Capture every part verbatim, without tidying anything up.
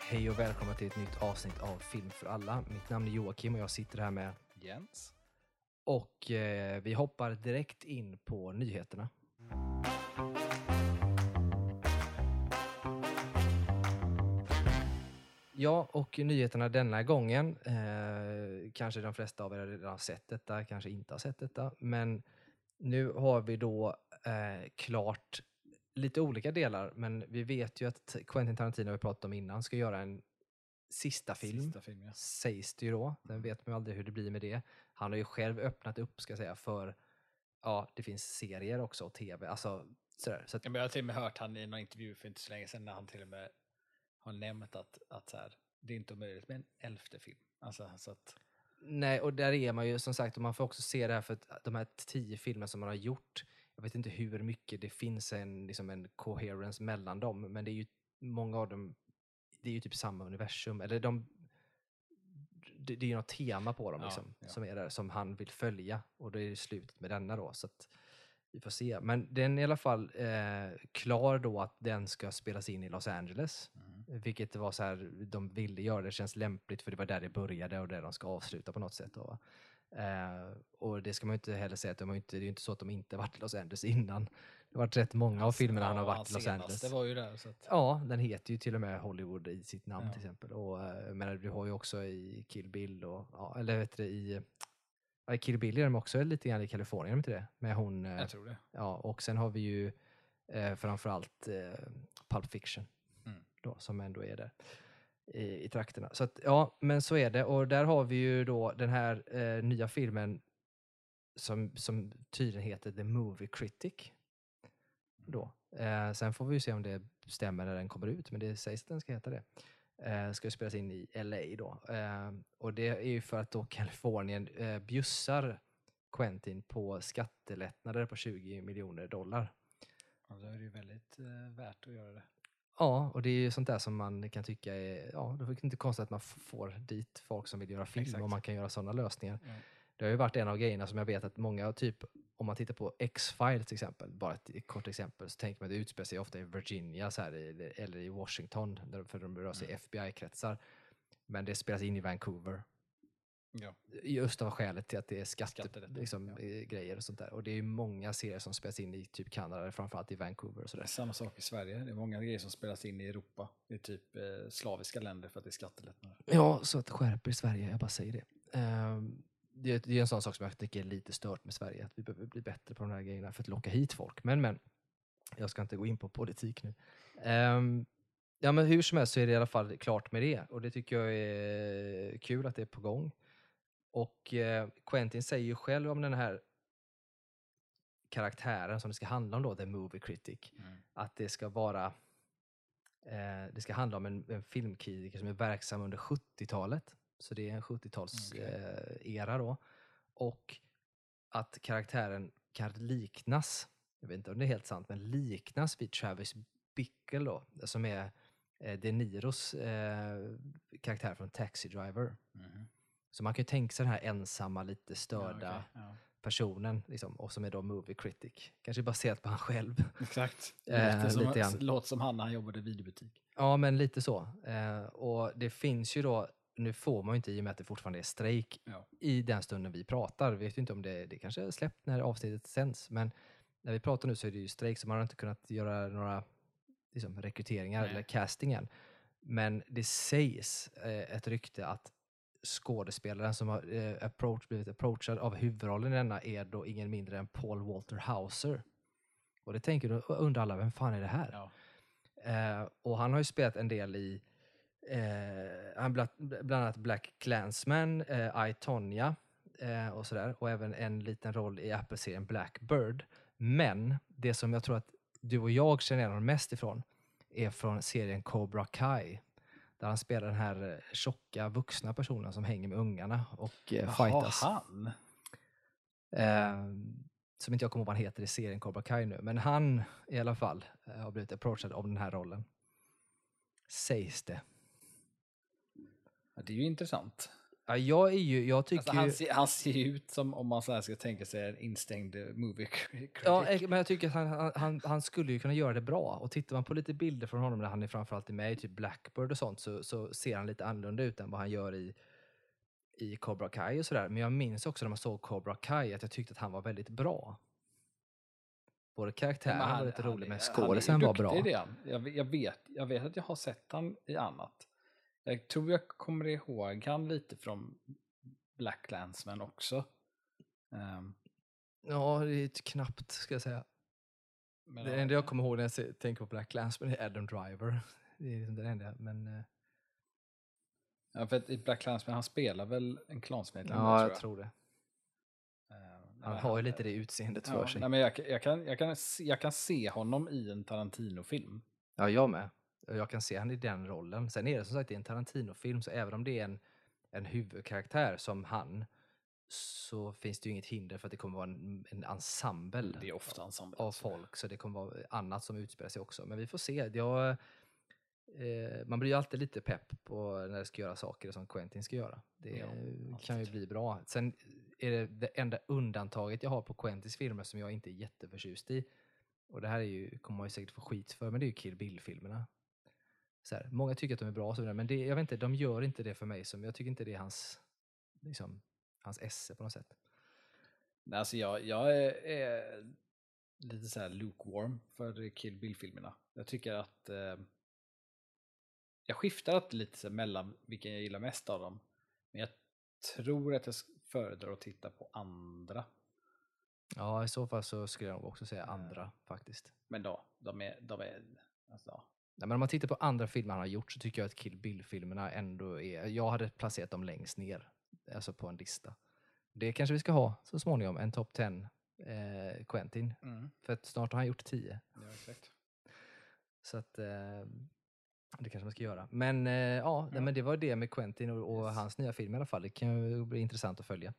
Hej och välkomna till ett nytt avsnitt av Film för alla. Mitt namn är Joakim och jag sitter här med Jens. Och eh, vi hoppar direkt in på nyheterna. Ja, och nyheterna denna gången, eh, kanske de flesta av er redan har sett detta, kanske inte har sett detta, men nu har vi då eh, klart lite olika delar, men vi vet ju att Quentin Tarantino, vi pratat om innan, ska göra en sista film, Sista film ja. sägs det ju då. Sen vet man ju aldrig hur det blir med det. Han har ju själv öppnat upp, ska jag säga, för ja, det finns serier också och tv, alltså sådär. Så att, Ja, men jag har till och med hört han i någon intervju för inte så länge sedan när han till och med har nämnt att, att så här, det är inte omöjligt med en elfte film. Alltså, så att... Nej, och där är man ju som sagt, och man får också se det här för att de här tio filmer som man har gjort, jag vet inte hur mycket det finns en, liksom en coherence mellan dem, men det är ju många av dem, det är ju typ samma universum, eller de det, det är ju något tema på dem Ja, liksom, ja. som är där, som han vill följa, och det är slutet med denna då, så att vi får se. Men den är i alla fall eh, klar då att den ska spelas in i Los Angeles, Mm. vilket var så här, de ville göra det, känns lämpligt för det var där det började och där de ska avsluta på något sätt då. Eh, och det ska man ju inte heller säga att de har inte, det är ju inte så att de inte varit i Los Angeles innan. Det har varit rätt många av filmerna ja, han har varit i Los Angeles. Det var ju där. Så att... Ja, den heter ju till och med Hollywood i sitt namn Ja. till exempel. Och, eh, men du har ju också i Kill Bill och, ja, eller vet du, i, ja, i Kill Bill är de också lite grann i Kalifornien, inte det? Med hon, eh, Jag tror det. ja, och sen har vi ju eh, framförallt eh, Pulp Fiction Mm. då, som ändå är där i, i trakterna. Så att, ja, men så är det. Och där har vi ju då den här eh, nya filmen som, som tydligen heter The Movie Critic. Då. Eh, sen får vi ju se om det stämmer när den kommer ut, men det sägs att den ska heta det. Eh, ska ju spelas in i L A då. Eh, och det är ju för att då Kalifornien eh, bjussar Quentin på skattelättnader på tjugo miljoner dollar. Ja, då är det ju väldigt eh, värt att göra det. Ja, och det är ju sånt där som man kan tycka är, ja, det är inte konstigt att man f- får dit folk som vill göra film. Exakt. Och man kan göra sådana lösningar. Ja. Det har ju varit en av grejerna som jag vet att många, typ om man tittar på X-Files till exempel, bara ett kort exempel, så tänker man att det utspelar sig ofta i Virginia så här, i- eller i Washington, där, för de rör sig i Mm. F B I-kretsar. Men det spelas in i Vancouver. Ja. Just av skälet till att det är skatte, Skatter, liksom, ja. eh, grejer och sånt där. Och det är ju många serier som spelas in i typ Kanada, framförallt i Vancouver och Det sådär. är samma sak i Sverige. Det är många grejer som spelas in i Europa. Det är typ eh, slaviska länder för att det är skattelättnader. Ja, så att skärper Sverige, jag bara säger det. Um, det, det är en sån sak som jag tycker är lite stört med Sverige, att vi behöver bli bättre på de här grejerna för att locka hit folk. Men, men, jag ska inte gå in på politik nu. Um, ja, men hur som helst så är det i alla fall klart med det, och det tycker jag är kul att det är på gång. Och eh, Quentin säger ju själv om den här karaktären som det ska handla om då, The Movie Critic, Mm. att det ska vara eh, det ska handla om en, en filmkritiker som är verksam under sjuttiotalet. Så det är en sjuttio-tals Okej. eh, era då. Och att karaktären kan liknas, jag vet inte om det är helt sant, men liknas vid Travis Bickle då, som är eh, De Niros eh, karaktär från Taxi Driver. Mm. Så man kan ju tänka sig den här ensamma, lite störda Ja, okej. Ja. personen, liksom, och som är då movie critic. Kanske baserat på han själv. Exakt. Eh, Låter som, lite grann. låter som han när han jobbade i videobutik. Ja, men lite så. Eh, och det finns ju då, nu får man ju inte i och med att det fortfarande är strejk Ja. i den stunden vi pratar. Vi vet ju inte om det, det kanske är släppt när avsnittet sänds, men när vi pratar nu så är det ju strejk, så man har inte kunnat göra några liksom, rekryteringar Nej. eller castingen. Men det sägs eh, ett rykte att skådespelaren som har eh, approach, blivit approachad av huvudrollen i denna är då ingen mindre än Paul Walter Hauser. Och det tänker du, undrar alla, vem fan är det här? Ja. Eh, och han har ju spelat en del i eh, han bland, bland annat Black Klansman, eh, I, Tonya eh, och sådär. Och även en liten roll i Apple-serien Blackbird. Men det som jag tror att du och jag känner igen honom mest ifrån är från serien Cobra Kai. Där han spelar den här eh, tjocka vuxna personen som hänger med ungarna och eh, fightas. Jaha, han? Eh, som inte jag kommer ihåg vad han heter i serien Cobra Kai nu. Men han i alla fall eh, har blivit approachad av den här rollen. Sägs det. Ja, det är ju intressant. Ja, jag är ju, jag tycker Alltså, ju, han, ser, han ser ju ut som om man så här ska tänka sig en instängd eh, movie critic. ja, eh, men jag tycker att han, han- han, han skulle ju kunna göra det bra. Och tittar man på lite bilder från honom när han är framförallt med i typ Blackbird och sånt, så, så ser han lite annorlunda ut än vad han gör i, i Cobra Kai och sådär. Men jag minns också när man såg Cobra Kai att jag tyckte att han var väldigt bra. Både karaktären Men var han- lite han rolig, är- men han är skådisen var duktig, bra. det är han. Jag, jag, vet, jag vet att jag har sett han i annat. Jag tror jag kommer ihåg han lite från Black Landsman också. Ehm, Ja, det är ett knappt, ska jag säga. men Det ja, enda jag kommer ihåg när jag ser- tänker på Black Landsman är Adam Driver. Det är liksom det enda, men eh, ja, för att i Black Landsman han spelar väl en klansmedlem, ja, tror jag jag. tror det. Ehm, Han nej, har ju lite det utseendet för ja, sig. nej, men jag, jag, kan, jag, kan, se- jag kan se honom i en Tarantino-film. Ja, jag med. Och jag kan se han i den rollen. Sen är det som sagt i en Tarantino-film, så även om det är en, en huvudkaraktär som han, så finns det ju inget hinder för att det kommer vara en, en ensemble Det är ofta ensemble. av alltså. folk, så det kommer vara annat som utspelar sig också. Men vi får se. Jag, eh, man blir ju alltid lite pepp på när det ska göra saker som Quentin ska göra. Det Ja, kan ju alltid. bli bra. Sen är det det enda undantaget jag har på Quentins filmer som jag inte är jätteförtjust i. Och det här är ju, kommer man ju säkert få skit för, men det är ju Kill Bill-filmerna. Så här, många tycker att de är bra, och så vidare, men det, jag vet inte, de gör inte det för mig. Som, jag tycker inte det är hans, liksom, hans esse på något sätt. Nej, Alltså jag, jag är, är lite så här lukewarm för Kill Bill-filmerna. Jag tycker att eh, jag skiftar alltid lite så här mellan vilken jag gillar mest av dem. Men jag tror att jag föredrar att titta på andra. Ja, i så fall så skulle jag nog också säga andra faktiskt. Men då, de är, de är alltså, ja. Nej, men om man tittar på andra filmer han har gjort, så tycker jag att Kill Bill-filmerna ändå är, jag hade placerat dem längst ner, alltså på en lista. Det kanske vi ska ha så småningom, en topp tio eh, Quentin. Mm. För att snart har han gjort tio. Ja, exakt. Så att eh, det kanske man ska göra. Men eh, ja, Ja. men det var det med Quentin och, och Yes. hans nya film i alla fall. Det kan ju bli intressant att följa.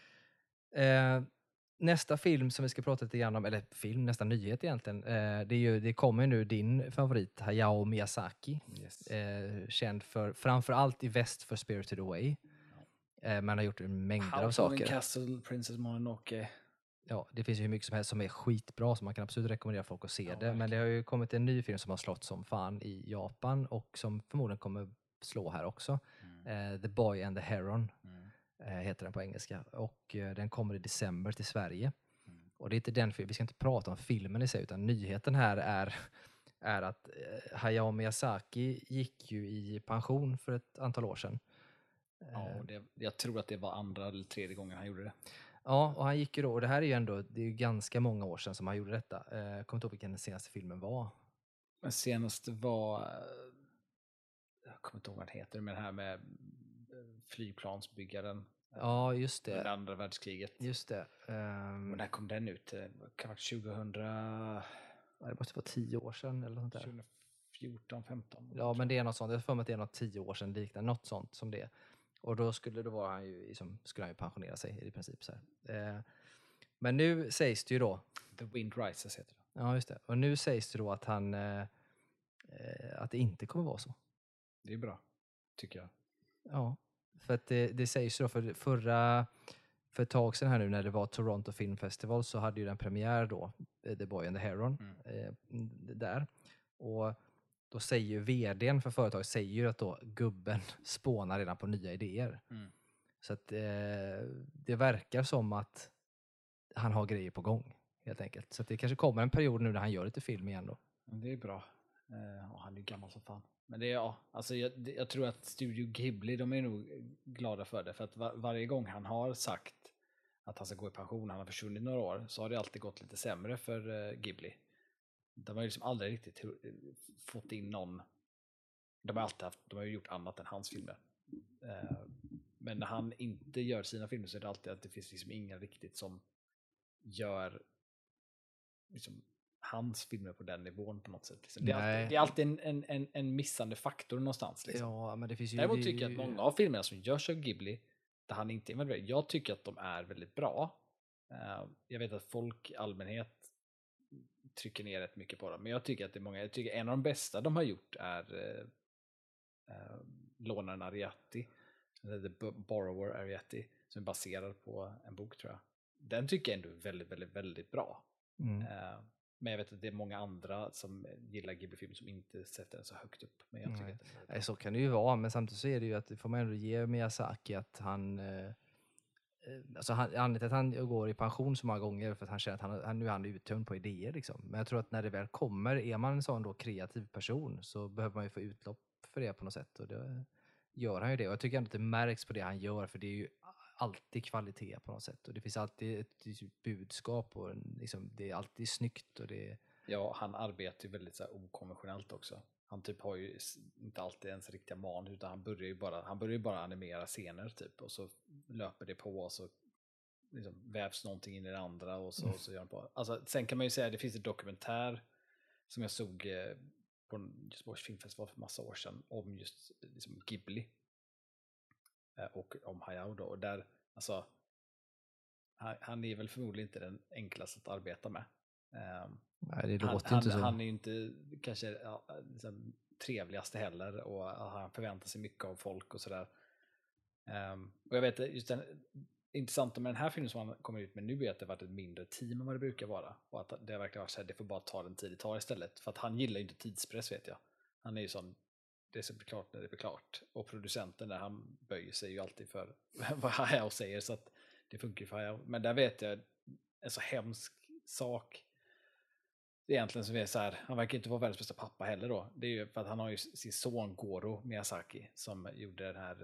Eh, nästa film som vi ska prata lite grann om, eller film, nästa nyhet egentligen, eh, det, är ju, det kommer ju nu din favorit, Hayao Miyazaki. Yes. Eh, känd för, framförallt i väst för Spirited Away. Eh, man har gjort en mängder av House of saker. Castle, Princess Mononoke. Ja, det finns ju hur mycket som helst som är skitbra, så man kan absolut rekommendera folk att se Ja, det. Men verkligen. det har ju kommit en ny film som har slått som fan i Japan och som förmodligen kommer slå här också. Mm. Eh, The Boy and the Heron Mm. eh, heter den på engelska. Och eh, den kommer i december till Sverige. Mm. Och det är inte den filmen, vi ska inte prata om filmen i sig, utan nyheten här är, är att eh, Hayao Miyazaki gick ju i pension för ett antal år sedan. Ja, Eh, och det, jag tror att det var andra eller tredje gången han gjorde det. Ja, och han gick ju då, och det här är ju ändå, det är ju ganska många år sedan som han gjorde detta. Eh, Jag kommer inte ihåg vilken den senaste filmen var. Men senast var, eh, jag kommer inte ihåg vad den heter, men det här med eh, flygplansbyggaren. eh, Ja, just Under det. andra världskriget. Just det. Ehm, Och när kom den ut? Eh, Kan vara tjugohundra, ja, det måste vara tio år sedan eller något sånt där. tjugofjorton, femton. Ja, men det är något sånt. Jag har för mig att det är något tio år sedan liknande, något sånt som det. Och då skulle det vara han ju, liksom, skulle han ju pensionera sig i princip. Så här. Eh, men nu sägs det ju då, The Wind Rises heter det. ja just det, och nu sägs det då att han, eh, eh, att det inte kommer vara så. Det är bra, tycker jag. Ja, för att det, det sägs ju då, för förra, för ett tag sedan här nu när det var Toronto Film Festival, så hade ju den premiär då, eh, The Boy and the Heron, Mm. eh, där. Och då säger ju vdn för företaget säger ju att då gubben spånar redan på nya idéer. Mm. Så att eh, det verkar som att han har grejer på gång, helt enkelt. Så att det kanske kommer en period nu när han gör lite film igen då. Men det är bra. Eh, och han är ju gammal som fan. Men det är, ja, alltså jag, det, jag tror att Studio Ghibli, de är nog glada för det. För att var, varje gång han har sagt att han ska gå i pension, han har försvunnit några år, så har det alltid gått lite sämre för uh, Ghibli. De har ju liksom aldrig riktigt hu- fått in någon. De har alltid haft, de har ju gjort annat än hans filmer. Eh, men när han inte gör sina filmer så är det alltid att det finns liksom inga riktigt som gör liksom hans filmer på den nivån på något sätt. Liksom. Det, är Nej. alltid, det är alltid en, en, en, en missande faktor någonstans. Liksom. Ja, men det finns ju... Däremot det- tycker jag att många av filmerna som görs av Ghibli, där han inte är involverad, jag tycker att de är väldigt bra. Eh, jag vet att folk i allmänhet trycker ner rätt mycket på dem, men jag tycker att det är många, jag tycker en av de bästa de har gjort är eh, eh, Lånaren Ariati. The Borrower Arrietty, som är baserad på en bok tror jag. Den tycker jag ändå är väldigt, väldigt, väldigt bra. Mm. Uh, men jag vet att det är många andra som gillar Ghibli-film som inte sätter den så högt upp. Men jag tycker Nej. att den är Nej, så kan det ju vara, men samtidigt så är det ju att det får man ändå ge Miyazaki att han eh, alltså han, anledningen till att han går i pension så många gånger för att han känner att han, han, nu är han uttömd på idéer liksom. Men jag tror att när det väl kommer, är man en sån då kreativ person så behöver man ju få utlopp för det på något sätt, och det gör han ju det. Och jag tycker ändå att det märks på det han gör, för det är ju alltid kvalitet på något sätt, och det finns alltid ett, ett budskap och en, liksom, det är alltid snyggt och det. Ja, han arbetar ju väldigt så här okonventionellt också. Han typ har ju inte alltid ens riktiga manus, utan han börjar ju bara, han börjar ju bara animera scener typ, och så löper det på och så liksom vävs någonting in i det andra och så, mm. och så gör han på. Alltså, sen kan man ju säga att det finns en dokumentär som jag såg eh, på en Göteborgs filmfestival för massa år sedan om just liksom, Ghibli eh, och om Hayao då, och där, alltså han, han är väl förmodligen inte den enklaste att arbeta med. Um, Nej, det han, låter han, inte så. Han är ju inte kanske ja, liksom, trevligaste heller, och ja, han förväntar sig mycket av folk och sådär. Um, och jag vet, just den intressanta med den här filmen som han kommer ut med nu är att det har varit ett mindre team än vad det brukar vara, och att det har verkligen varit så här, det får bara ta den tid det tar istället, för att han gillar ju inte tidspress, vet jag. Han är ju sån, det ska bli klart när det blir klart, och producenten där, han böjer sig ju alltid för vad Hayao säger, så att det funkar ju för Hayao. Men där vet jag en så hemsk sak egentligen, som är så här, han verkar inte vara världens bästa pappa heller då. Det är ju för att han har ju sin son Goro Miyazaki som gjorde den här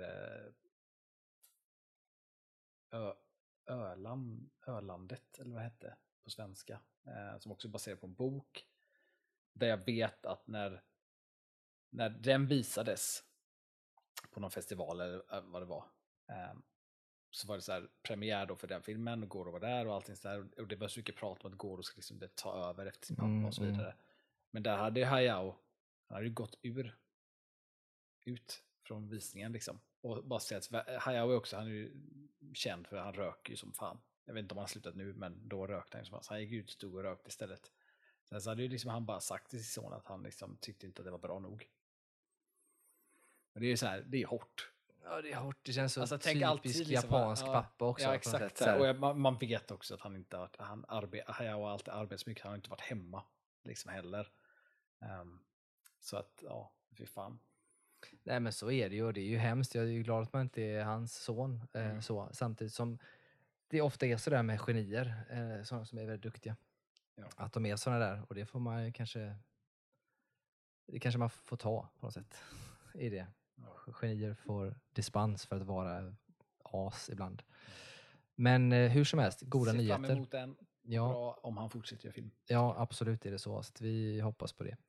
Ö, Öland, Ölandet, eller vad hette på svenska, eh, som också är baserad på en bok, där jag vet att när när den visades på någon festival eller vad det var, eh, så var det så här premiär då för den filmen, och Goro var där och allting så där, och det var så mycket prat om att Goro skulle liksom det ta över efter sin pappa mm, och så vidare. Mm. Men där hade Hayao, han hade ju gått ur ut från visningen liksom, och bara sett, Hayao är också, han är ju känd för att han röker ju som fan. Jag vet inte om han har slutat nu, men då rökte han ju som fan, så han gick ut, stod och rökte istället. Sen så hade ju liksom han bara sagt till sin son att han liksom tyckte inte att det var bra nog. Men det är ju så här, det är hårt. Ja, det är hårt. Det känns så alltså, typisk liksom, japansk ja, pappa också. Ja, exakt. Och jag, man, man vet också att han inte har, han arbetar, Hayao har alltid arbetat så mycket, han har inte varit hemma liksom heller. Um, så att, ja, fy fan. Nej, men så är det ju, och det är ju hemskt. Jag är ju glad att man inte är hans son. Eh, mm. så. Samtidigt som det ofta är sådär med genier, eh, sådana som är väldigt duktiga. Ja. Att de är sådana där, och det får man kanske det kanske man får ta på något sätt i det. Ja. Genier får dispens för att vara as ibland. Men eh, hur som helst, goda Se nyheter. Se fram emot en ja. Bra om han fortsätter göra film. Ja, absolut är det så. Så att vi hoppas på det.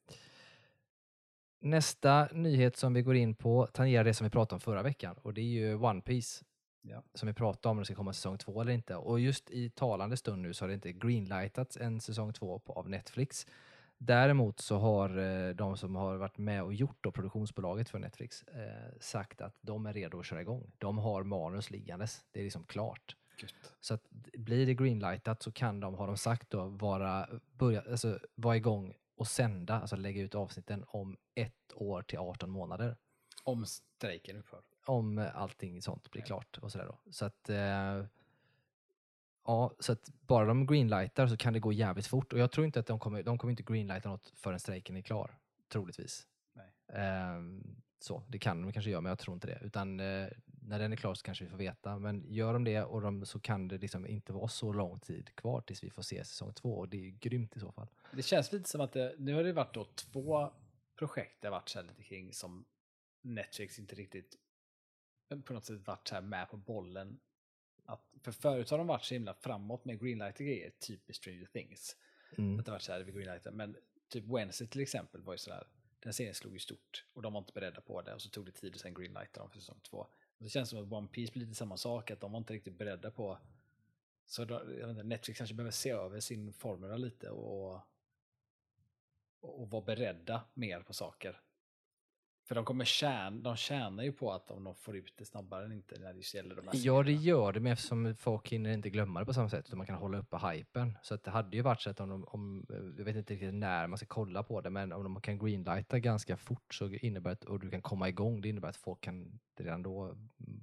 Nästa nyhet som vi går in på tangerar det som vi pratade om förra veckan, och det är ju One Piece. Ja. Som vi pratade om, om det ska komma säsong två eller inte. Och just i talande stund nu så har det inte greenlightats en säsong två på, av Netflix. Däremot så har eh, de som har varit med och gjort då, produktionsbolaget för Netflix eh, sagt att de är redo att köra igång. De har manus liggandes. Det är liksom klart. Just. Så att blir det greenlightat så kan de, har de sagt då, vara, börja, alltså, vara igång och sända, alltså lägga ut avsnitten om ett år till arton månader. Om strejken upphör. Om allting sånt blir ja. klart och sådär då. Så att eh, ja, så att bara de greenlightar så kan det gå jävligt fort, och jag tror inte att de kommer, de kommer inte greenlighta något förrän strejken är klar, troligtvis. Nej. Eh, så, det kan de kanske göra, men jag tror inte det. Utan eh, när den är klar så kanske vi får veta. Men gör de det, och de, så kan det liksom inte vara så lång tid kvar tills vi får se säsong två, och det är ju grymt i så fall. Det känns lite som att det, nu har det varit då två projekt det har varit så lite kring som Netflix inte riktigt på något sätt varit så här med på bollen. Att, för förut har de varit så himla framåt med greenlight grejer, typ Stranger Things. Mm. Att det har varit så här vid greenlighten. Men typ Wednesday till exempel var ju så där, den serien slog ju stort och de var inte beredda på det, och så tog det tid och sen greenlightade de för säsong två. Och det känns som att One Piece blir lite samma sak, att de var inte riktigt beredda på, så då, jag vet inte, Netflix kanske behöver se över sin formula lite och, och, och vara beredda mer på saker. För de kommer tjäna, de tjänar ju på att om de får ut det snabbare än inte när det gäller de här Ja, det gör det, men eftersom folk hinner inte glömma det på samma sätt, så man kan hålla uppe hypen. Så att det hade ju varit så att om, de, om jag vet inte riktigt när man ska kolla på det, men om de kan greenlighta ganska fort så innebär det, och du kan komma igång, det innebär att folk kan redan då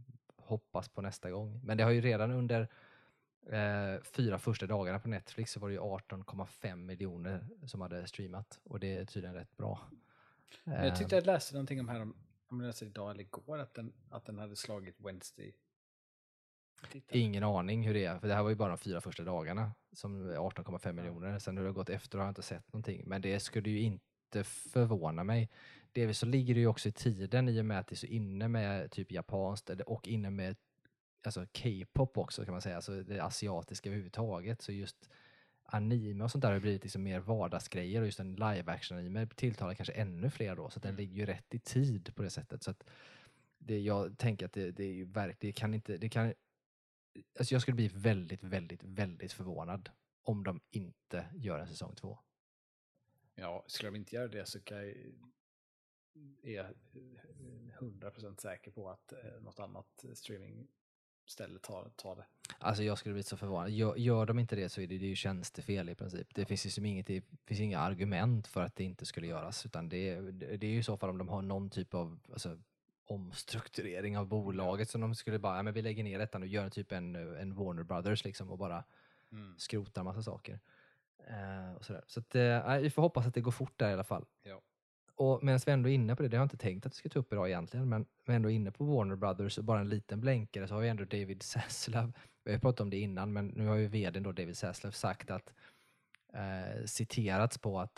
hoppas på nästa gång. Men det har ju redan under eh, fyra första dagarna på Netflix så var det ju arton komma fem miljoner som hade streamat. Och det är tydligen rätt bra. Men jag tyckte jag läste någonting om här om, om jag läste idag eller igår att den, att den hade slagit Wednesday. Titta. Ingen aning hur det är, för det här var ju bara de fyra första dagarna som arton komma fem miljoner. Sen hur det har gått efter har jag inte sett någonting. Men det skulle ju inte förvåna mig. Delvis så ligger det ju också i tiden i och med att det är så inne med typ japanskt och inne med alltså K-pop också kan man säga, alltså det asiatiska överhuvudtaget. Så just anime och sånt där har blivit liksom mer vardagsgrejer och just en live-action-anime tilltalar kanske ännu fler då. Så att Mm. den ligger ju rätt i tid på det sättet. Så att det, jag tänker att det, det är ju verkligen, det kan inte, det kan alltså jag skulle bli väldigt, väldigt, väldigt förvånad om de inte gör en säsong två. Ja, skulle de inte göra det så kan jag, är jag hundra procent säker på att eh, något annat streamingställe tar, tar det. Alltså jag skulle bli så förvånad. Gör, gör de inte det så är det, det är ju tjänstefel i princip. Det ja. finns ju inget, det finns inga argument för att det inte skulle göras. Utan det, det är ju i så fall om de har någon typ av alltså, omstrukturering av bolaget som de skulle bara, ja, men vi lägger ner detta och gör typ en, en Warner Brothers liksom och bara mm. skrotar massa saker. Uh, och sådär. Så att, uh, vi får hoppas att det går fort där i alla fall. Ja. Och medan vi ändå är inne på det, det har jag inte tänkt att vi ska ta upp idag egentligen, men vi är ändå inne på Warner Brothers och bara en liten blänkare så har vi ändå David Zaslav, vi har pratat om det innan, men nu har ju vdn då David Zaslav sagt att uh, citerats på att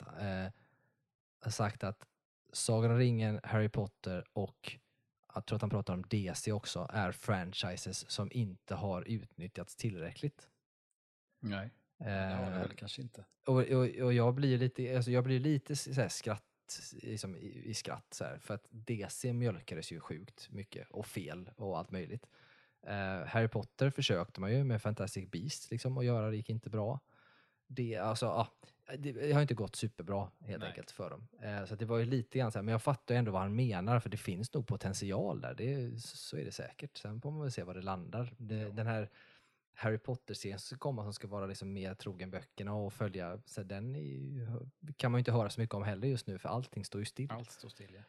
uh, sagt att Sagan om ringen, Harry Potter och jag tror att han pratar om D C också, är franchises som inte har utnyttjats tillräckligt. Nej, det har det väl kanske inte. Och, och, och jag blir lite, alltså jag blir lite så här skratt, liksom i, i skratt så här, för att D C mjölkades ju sjukt mycket och fel och allt möjligt. Uh, Harry Potter försökte man ju med Fantastic Beasts liksom, och göra det gick inte bra. Det, alltså, ah, det, det har inte gått superbra helt Nej. enkelt för dem. Uh, så det var ju lite grann så här, men jag fattar ändå vad han menar för det finns nog potential där. Det, så är det säkert. Sen får man väl se var det landar. Det, ja. Den här Harry Potter-serien som ska komma som ska vara liksom mer trogen böckerna och följa, så den är, kan man ju inte höra så mycket om heller just nu för allting står ju still. Allt står still, ja.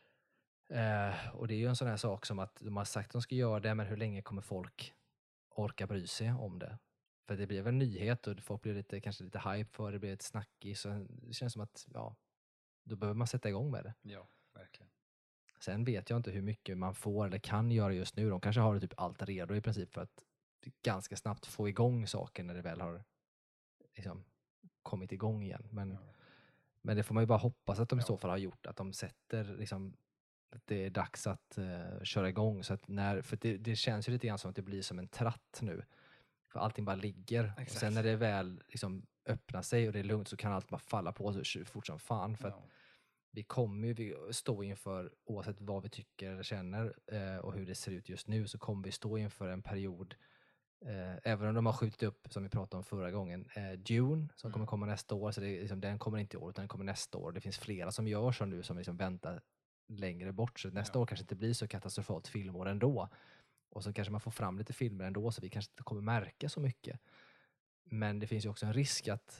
Uh, och det är ju en sån här sak som att de har sagt att de ska göra det, men hur länge kommer folk orka bry sig om det? För det blir väl en nyhet och folk blir lite, kanske lite hype för det blir ett snackis. Så det känns som att ja, då behöver man sätta igång med det. Ja, verkligen. Sen vet jag inte hur mycket man får eller kan göra just nu. De kanske har det typ allt redo i princip för att ganska snabbt få igång saker när det väl har liksom kommit igång igen. Men, ja. men det får man ju bara hoppas att de i så fall har gjort. Att de sätter liksom, att det är dags att uh, köra igång. Så att när, för det, det känns ju lite grann som att det blir som en tratt nu. För allting bara ligger. Exakt. Och sen när det väl liksom öppnar sig och det är lugnt så kan allt bara falla på så fort som fan. För ja. att vi kommer ju vi stå inför, oavsett vad vi tycker eller känner eh, och hur det ser ut just nu, så kommer vi stå inför en period, eh, även om de har skjutit upp, som vi pratade om förra gången, eh, Dune som mm. kommer komma nästa år, så det är, liksom, den kommer inte i år utan den kommer nästa år. Det finns flera som gör så nu som liksom väntar längre bort, så nästa ja. år kanske inte blir så katastrofalt filmår ändå. Och så kanske man får fram lite filmer ändå så vi kanske inte kommer märka så mycket. Men det finns ju också en risk att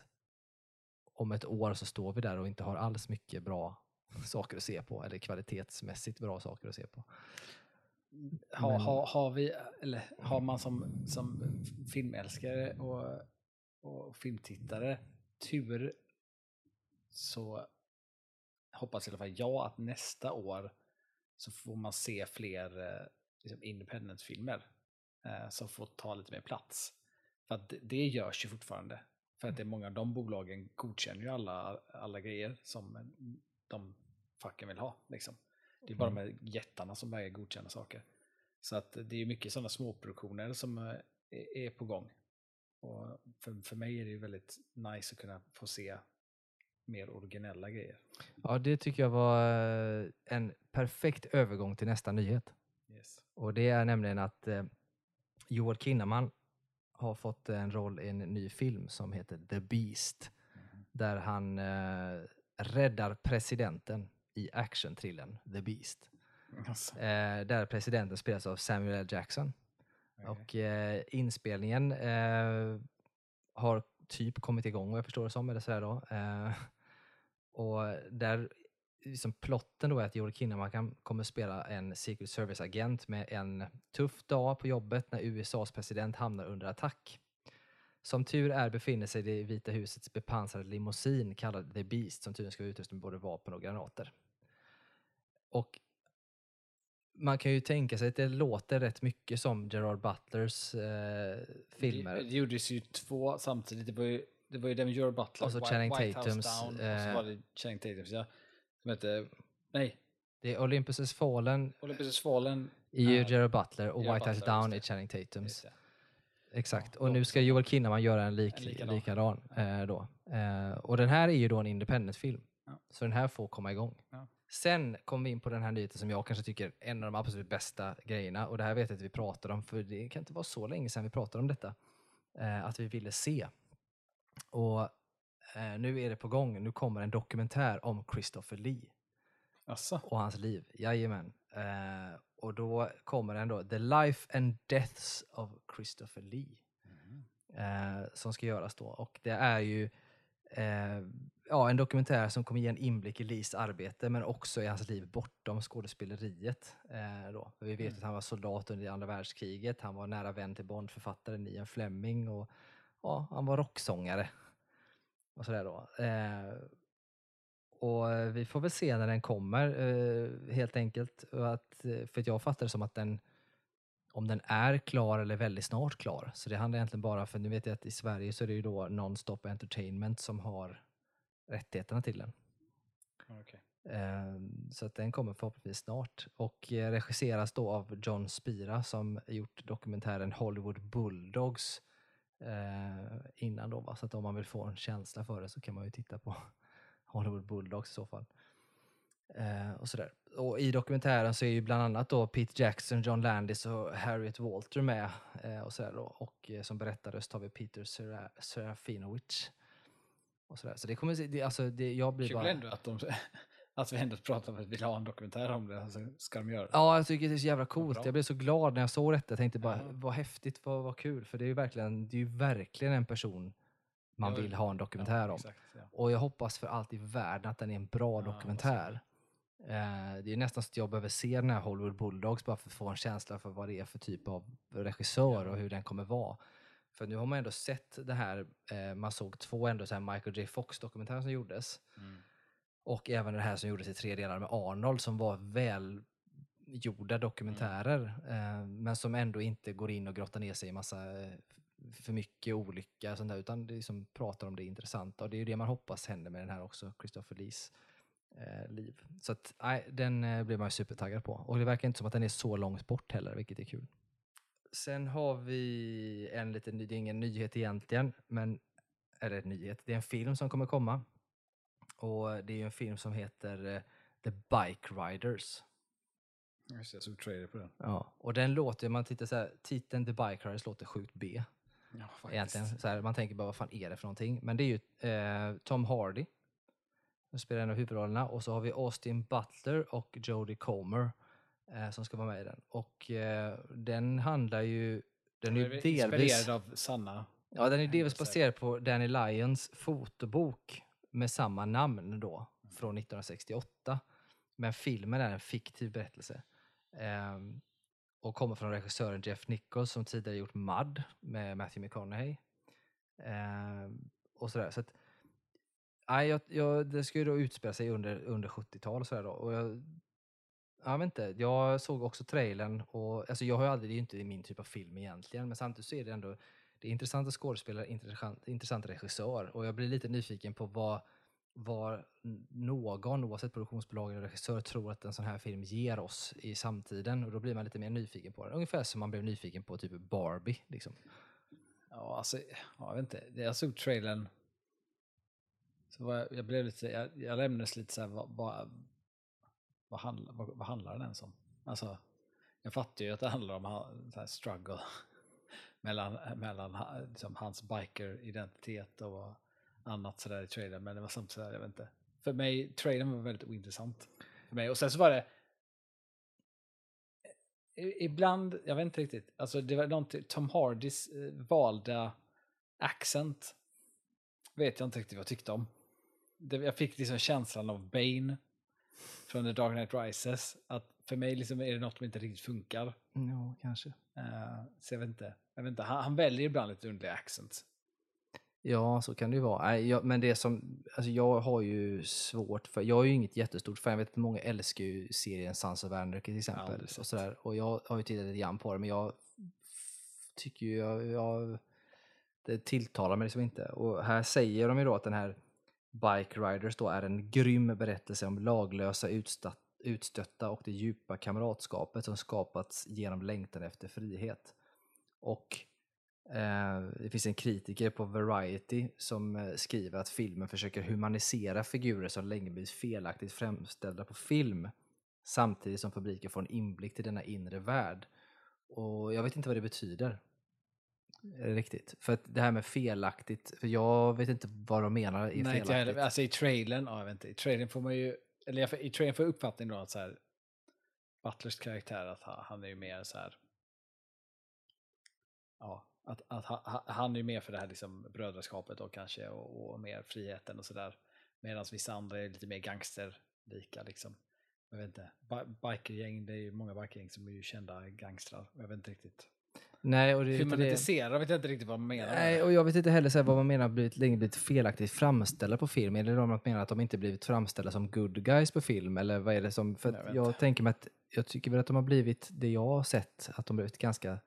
om ett år så står vi där och inte har alls mycket bra saker att se på. Eller kvalitetsmässigt bra saker att se på. Har, Men... har, har, vi, eller har man som, som filmälskare och, och filmtittare tur så hoppas i alla fall jag att nästa år så får man se fler liksom independent-filmer eh, som får ta lite mer plats. För att det, det görs ju fortfarande. För att det är många av de bolagen godkänner ju alla, alla grejer som de facken vill ha. Liksom. Det är bara mm. de jättarna som börjar godkänna saker. Så att det är mycket sådana småproduktioner som är, är på gång. Och för, för mig är det ju väldigt nice att kunna få se mer originella grejer. Ja, det tycker jag var en perfekt övergång till nästa nyhet. Yes. Och det är nämligen att eh, Joel Kinnaman har fått en roll i en ny film som heter The Beast. Mm. Där han eh, räddar presidenten i actionthrillern The Beast. Alltså. Eh, där presidenten spelas av Samuel L. Jackson. Okay. Och eh, inspelningen eh, har typ kommit igång, vad jag förstår det som, eller sådär då. Eh, och där liksom plotten då är att Joel Kinnaman kan, kommer spela en Secret Service-agent med en tuff dag på jobbet när U S A:s president hamnar under attack. Som tur är befinner sig det i Vita husets bepansrade limousin kallad The Beast som tydligen ska vara utrustad med både vapen och granater. Och man kan ju tänka sig att det låter rätt mycket som Gerard Butlers eh, filmer. Det, det gjordes ju två samtidigt. Det var ju, det var ju den med Gerard Butler, Och så White, Channing White Tatums, House Down, eh, och så var det Channing Tatums, ja, som hette, nej, Det är Olympus Has Fallen Olympus Has Fallen i ju är- Gerard Butler och Gerard White House Butler, Down i just det. Channing Tatums. Just det. Exakt, Ja, och nu de ska som- Joel Kinnaman göra en lik, En likadan, likadan. likadan eh, då. Eh, och den här är ju då en independent-film. Ja. Så den här får komma igång. Ja. Sen kom vi in på den här nyheten som jag kanske tycker är en av de absolut bästa grejerna. Och det här vet jag att vi pratade om, för det kan inte vara så länge sedan vi pratade om detta. Eh, att vi ville se. Och eh, nu är det på gång. Nu kommer en dokumentär om Christopher Lee Asså? och hans liv. Jajamän. Eh, och då kommer den då, The Life and Deaths of Christopher Lee. Mm. Eh, som ska göras då. Och det är ju eh, ja, en dokumentär som kommer ge en inblick i Lees arbete men också i hans liv bortom skådespeleriet. Eh, då. För vi vet Mm. att han var soldat under andra världskriget. Han var nära vän till Bondförfattaren Ian Fleming och ja, han var rocksångare. Och sådär då. Eh, och vi får väl se när den kommer eh, helt enkelt. Och att, för att jag fattar det som att den, om den är klar eller väldigt snart klar. Så det handlar egentligen bara, för nu vet jag att i Sverige så är det ju då Non-Stop Entertainment som har rättigheterna till den. Okej. Eh, så att den kommer förhoppningsvis snart. Och eh, regisseras då av John Spira som gjort dokumentären Hollywood Bulldogs eh, innan då. Va? Så att om man vill få en känsla för det så kan man ju titta på Hollywood Bulldogs i så fall. Eh, och, sådär. Och i dokumentären så är ju bland annat då Pete Jackson, John Landis och Harriet Walter med. Eh, och sådär då. Och eh, som berättarröst har vi Peter Sera- Serafinowicz. Och sådär. Så det kommer det, alltså det, jag blir Kul bara... ändå att, de, att vi ändå pratar om att vi vill ha en dokumentär om det, alltså ska de göra det. Ja, jag tycker det är så jävla coolt. bra. Jag blev så glad när jag såg detta. Jag tänkte bara, Ja. vad häftigt, vad, vad kul. För det är ju verkligen, det är ju verkligen en person man Ja, vill ha en dokumentär ja, om. exakt, ja. Och jag hoppas för allt i världen att den är en bra Ja, dokumentär. Eh, det är nästan så att jag behöver se den här Hollywood Bulldogs bara för att få en känsla för vad det är för typ av regissör Ja. och hur den kommer vara. För nu har man ändå sett det här, eh, man såg två ändå så här Michael J. Fox-dokumentärer som gjordes. Mm. Och även det här som gjordes i tre delar med Arnold som var väl gjorda dokumentärer. Eh, men som ändå inte går in och grottar ner sig i massa eh, för mycket olycka och sånt där, utan det liksom pratar om det intressanta. Och det är ju det man hoppas händer med den här också, Christopher Lees eh, liv. Så att, nej, den eh, blir man ju supertaggad på. Och det verkar inte som att den är så långt bort heller, vilket är kul. Sen har vi en liten, det är ingen nyhet egentligen, men, eller en nyhet, det är en film som kommer komma. Och det är ju en film som heter eh, The Bike Riders. Just det, jag såg trailer på den. Ja, och den låter, man tittar så här, titeln The Bike Riders låter sjukt B. Ja, faktiskt. Egentligen, så här, man tänker bara vad fan är det för någonting? Men det är ju eh, Tom Hardy som spelar en av huvudrollerna, och så har vi Austin Butler och Jodie Comer eh, som ska vara med i den. Och eh, den handlar ju, den är ju Jag är delvis, inspirerad av Sanna. ja, den är delvis händelser. baserad på Danny Lyons fotobok med samma namn då, från nittonhundrasextioåtta. Men filmen är en fiktiv berättelse. Ehm, och kommer från regissören Jeff Nichols som tidigare gjort Mud med Matthew McConaughey. Ehm, och sådär. Så att, nej, jag, jag, det ska ju då utspela sig under, under sjuttiotal och sådär då. Och jag, jag vet inte, jag såg också trailern och alltså jag har ju aldrig, det är ju inte min typ av film egentligen, men samtidigt så är det ändå, det är intressanta skådespelare, intressant, intressant regissör, och jag blir lite nyfiken på vad, vad någon, oavsett produktionsbolag eller regissör, tror att en sån här film ger oss i samtiden, och då blir man lite mer nyfiken på den. Ungefär som man blev nyfiken på typ Barbie liksom. Ja, alltså, ja, jag vet inte. Jag såg trailern. Så var jag, jag blev lite, jag, jag lämnades lite så här, vad, vad, vad, handlar, vad, vad handlar den ens om? Alltså, jag fattar ju att det handlar om han- så här struggle mellan, mellan ha- liksom, hans biker-identitet och annat sådär i trailern, men det var samtidigt sådär, jag vet inte. För mig, trailern var väldigt ointressant för mig. Och sen så var det i- ibland, jag vet inte riktigt, alltså det var någonting, Tom Hardys eh, valda accent vet jag inte riktigt vad jag tyckte om. Det, jag fick liksom känslan av Bane från The Dark Knight Rises. Att för mig liksom är det något som inte riktigt funkar. Ja, kanske. Uh, så jag vet inte. Jag vet inte. Han, han väljer ibland lite underliga accents. Ja, så kan det ju vara. Nej, jag, men det som, alltså jag har ju svårt för, jag är ju inget jättestort fan, jag vet att många älskar ju serien Sons of Anarchy till exempel. Och, sådär. Och jag har ju tittat lite grann på det, men jag tycker ju, jag, jag, det tilltalar mig liksom inte. Och här säger de ju då att den här Bike Riders då är en grym berättelse om laglösa, utstatt, utstötta och det djupa kamratskapet som skapats genom längtan efter frihet. Och eh, det finns en kritiker på Variety som eh, skriver att filmen försöker humanisera figurer som länge blivit felaktigt framställda på film, samtidigt som publiken får en inblick till denna inre värld. Och jag vet inte vad det betyder. Är det riktigt? För att det här med felaktigt, för jag vet inte vad de menar i Nej, felaktigt. inte jag, alltså i trailern, ja, jag vet inte, i trailern får man ju, eller i trailern får jag uppfattning då att så här, Butlers karaktär, att han, han är ju mer så här, ja, att, att han, han är ju mer för det här liksom brödraskapet och kanske, och, och mer friheten och sådär, medan vissa andra är lite mer gangsterlika liksom. Jag vet inte, bikergäng, det är ju många bikergäng som är ju kända gangstrar, jag vet inte riktigt. Nej, och det hur man inte ser, jag vet inte riktigt vad man menar. Nej, och jag vet inte heller så här, vad man menar har blivit, länge blivit felaktigt framställda på film. Eller om man menar att de inte blivit framställda som good guys på film, eller vad är det som, för jag, jag tänker mig att jag tycker väl att de har blivit, det jag har sett, att de har blivit ganska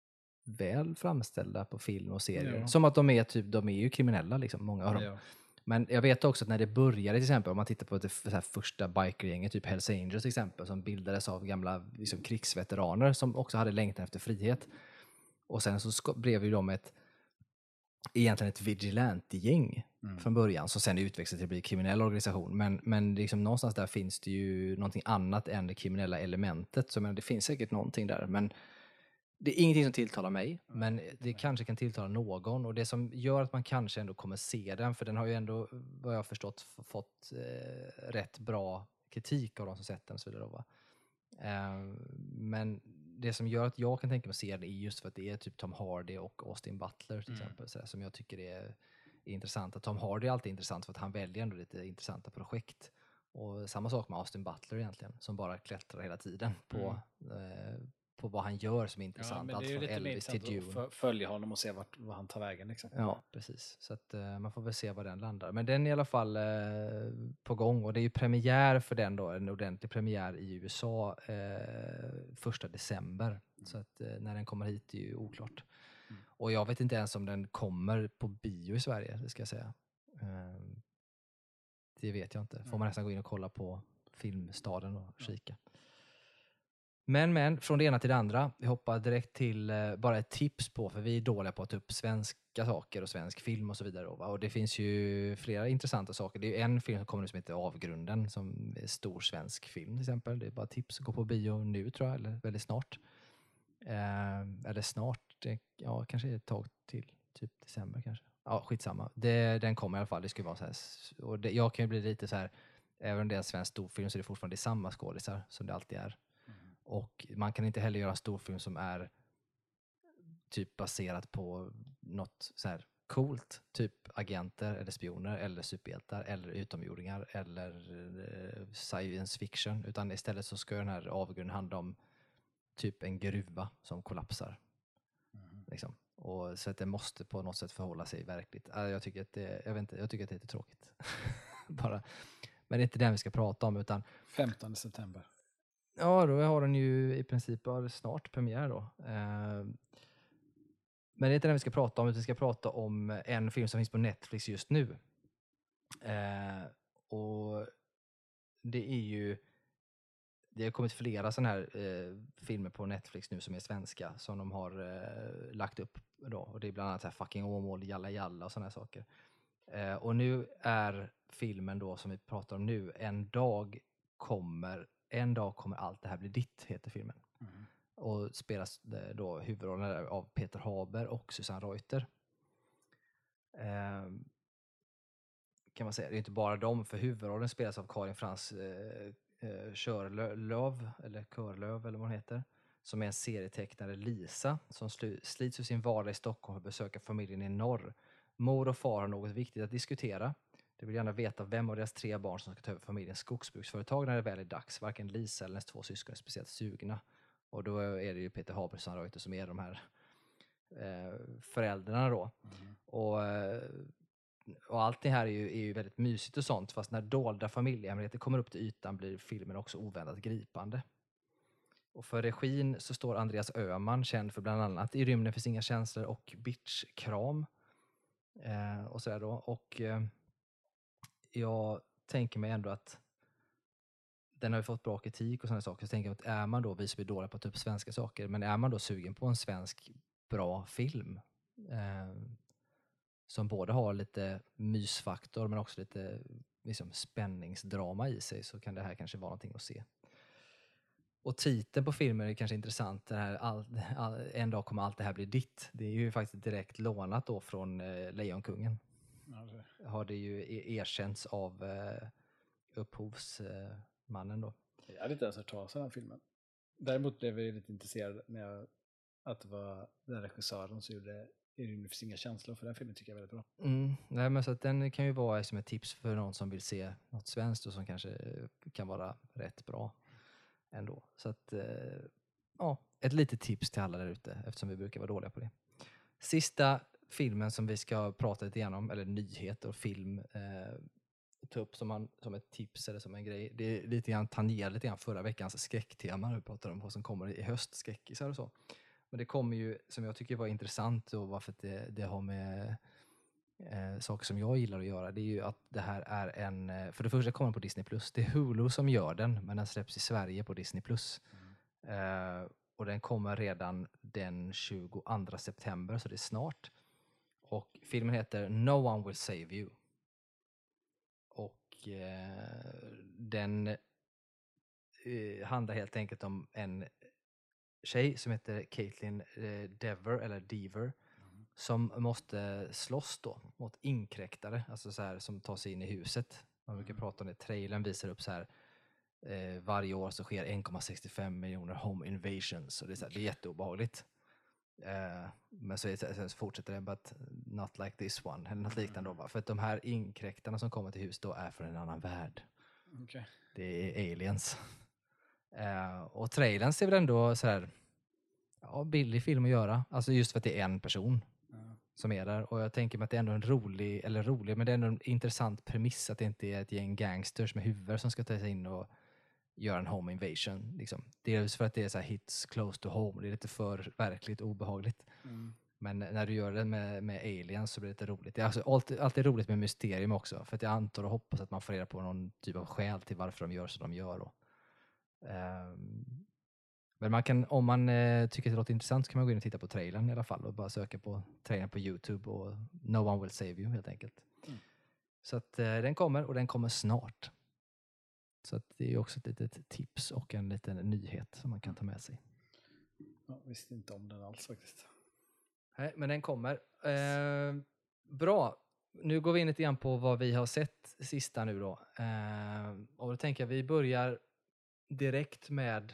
väl framställda på film och serier. Ja. Som att de är typ, de är ju kriminella liksom, många av dem. Ja. Men jag vet också att när det började till exempel, om man tittar på det så här första bikergänget, typ Hells Angels till exempel, som bildades av gamla liksom, krigsveteraner som också hade längtan efter frihet. Och sen så blev ju de ett egentligen ett vigilante-gäng mm. från början, som sen utvecklades till att bli en kriminell organisation. Men, men liksom någonstans där finns det ju någonting annat än det kriminella elementet. Så men det finns säkert någonting där. Men det är ingenting som tilltalar mig, mm. men det mm. kanske kan tilltala någon. Och det som gör att man kanske ändå kommer se den, för den har ju ändå, vad jag har förstått, fått eh, rätt bra kritik av de som sett den och så vidare. Va? Eh, men det som gör att jag kan tänka mig att se det är just för att det är typ Tom Hardy och Austin Butler till mm. exempel, sådär, som jag tycker är, är intressant. Tom Hardy är alltid intressant för att han väljer ändå lite intressanta projekt. Och samma sak med Austin Butler egentligen, som bara klättrar hela tiden på, mm. eh, på vad han gör som är intressant. Ja, Allt från Elvis till Dune. Att följa honom och se vart, vad han tar vägen. Liksom. Ja, precis. Så att, eh, man får väl se var den landar. Men den är i alla fall eh, på gång, och det är ju premiär för den då, en ordentlig premiär i U S A eh, första december. Mm. Så att eh, när den kommer hit är ju oklart. Mm. Och jag vet inte ens om den kommer på bio i Sverige, det ska jag säga. Eh, det vet jag inte. Får man nästan gå in och kolla på Filmstaden och kika. Mm. Men, men, från det ena till det andra. Vi hoppar direkt till eh, bara ett tips på, för vi är dåliga på att ta upp svenska saker och svensk film och så vidare. Och, och det finns ju flera intressanta saker. Det är ju en film som kommer nu som heter Avgrunden, som är stor svensk film till exempel. Det är bara tips att gå på bio nu tror jag, eller väldigt snart. Eh, eller snart, det, ja kanske ett tag till, typ december kanske. Ja, skitsamma. Det, den kommer i alla fall, det ska vara så här. Och det, jag kan ju bli lite så här, även om det är en svensk storfilm så är det fortfarande samma skådisar som det alltid är. Och man kan inte heller göra en storfilm som är typ baserat på något så här coolt, typ agenter eller spioner eller superhjältar eller utomjordingar eller eh, science fiction, utan istället så ska den här avgrunden handla om typ en gruva som kollapsar. Mm. Liksom. Och så att det måste på något sätt förhålla sig verkligt. Jag tycker att det, jag vet inte, jag tycker att det är lite tråkigt. Bara. Men det är inte den vi ska prata om, utan femtonde september. Ja, då har den ju i princip snart premiär då. Eh, men det är inte den vi ska prata om, utan vi ska prata om en film som finns på Netflix just nu. Eh, och det är ju, det har kommit flera sådana här eh, filmer på Netflix nu som är svenska, som de har eh, lagt upp då. Och det är bland annat här Fucking Åmål, Jalla Jalla och sådana här saker. Eh, och nu är filmen då som vi pratar om nu, En dag kommer En dag kommer allt det här bli ditt, heter filmen. Mm. Och spelas då huvudrollen av Peter Haber och Susanne Reuter. Eh, kan man säga. Det är inte bara dem, för huvudrollen spelas av Karin Frans eh, eh, Körlöv, eller Körlöv eller vad hon heter. Som är en serietecknare, Lisa, som slu- slits för sin vardag i Stockholm för att besöka familjen i norr. Mor och far har något viktigt att diskutera. De vill gärna veta vem av deras tre barn som ska ta över familjens skogsbruksföretag när det väl är dags. Varken Lisa eller hennes två syskon är speciellt sugna. Och då är det ju Peter Haber som är de här eh, föräldrarna då. Mm. Och, och allt det här är ju, är ju väldigt mysigt och sånt. Fast när dolda familjehemligheter kommer upp till ytan blir filmen också oväntat gripande. Och för regin så står Andreas Öhman, känd för bland annat I rymden finns inga känslor och Bitch-kram. Eh, och sådär då. Och eh, jag tänker mig ändå att den har ju fått bra kritik och sådana saker. Så jag tänker att är man då, vi som är dåliga på att ta upp svenska saker, men är man då sugen på en svensk bra film eh, som både har lite mysfaktor men också lite liksom, spänningsdrama i sig, så kan det här kanske vara någonting att se. Och titeln på filmen är kanske intressant. Det här, all, all, en dag kommer allt det här bli ditt. Det är ju faktiskt direkt lånat då från eh, Lejonkungen. Ja, det. Har det ju e- erkänts av eh, upphovsmannen då. Jag hade inte ens hört talas om den här filmen. Däremot blev jag lite intresserad när jag, att det var den regissören som gjorde I rymden finns inga känslor, för den filmen tycker jag är väldigt bra. Mm, nej, men så att den kan ju vara som ett tips för någon som vill se något svenskt och som kanske kan vara rätt bra ändå. Så att, eh, ja, ett litet tips till alla där ute eftersom vi brukar vara dåliga på det. Sista filmen som vi ska prata lite grann om, eller nyheter och film, eh, ta upp som, man, som ett tips eller som en grej. Det är lite grann tangerar lite grann förra veckans skräcktema. Vi pratar om vad som kommer i höst, skräckisar och så. Men det kommer ju, som jag tycker var intressant och varför det, det har med eh, saker som jag gillar att göra, det är ju att det här är en, för det första kommer den på Disney plus. Det är Hulu som gör den, men den släpps i Sverige på Disney plus. Mm. Eh, och den kommer redan den tjugoandra september, så det är snart. Och filmen heter No One Will Save You. Och eh, den eh, handlar helt enkelt om en tjej som heter Caitlin eh, Dever, eller Dever, mm. som måste slåss då mot inkräktare, alltså så här, som tar sig in i huset. Man brukar mm. prata om det. Trailern visar upp så här, eh, varje år så sker en komma sextiofem miljoner home invasions, och det är, så här, det är jätteobehagligt. Eh, men så, är, så fortsätter det, but not like this one, eller något liknande då, för att de här inkräktarna som kommer till hus då är från en annan värld. Okay. Det är aliens. Uh, och trailern ser väl ändå så här, ja, billig film att göra. Alltså just för att det är en person mm. som är där. Och jag tänker mig att det är ändå en rolig, eller rolig, men det är ändå en intressant premiss att det inte är ett gäng gangsters med huvud som ska ta sig in och göra en home invasion. Liksom. Dels för att det är så här hits close to home. Det är lite för verkligt obehagligt. Mm. Men när du gör det med, med aliens så blir det lite roligt. Det är alltså alltid, alltid roligt med mysterium också. För att jag antar och hoppas att man får reda på någon typ av skäl till varför de gör som de gör då. Um, men man kan, om man uh, tycker det låter intressant så kan man gå in och titta på trailern i alla fall och bara söka på trailern på YouTube och No One Will Save You helt enkelt. Mm. Så att uh, den kommer, och den kommer snart. Så att det är också ett litet tips och en liten nyhet som man kan ta med sig. Jag visste inte om den alls faktiskt. Nej, men den kommer. Uh, bra. Nu går vi in lite grann på vad vi har sett sista nu då. Uh, och då tänker jag vi börjar direkt med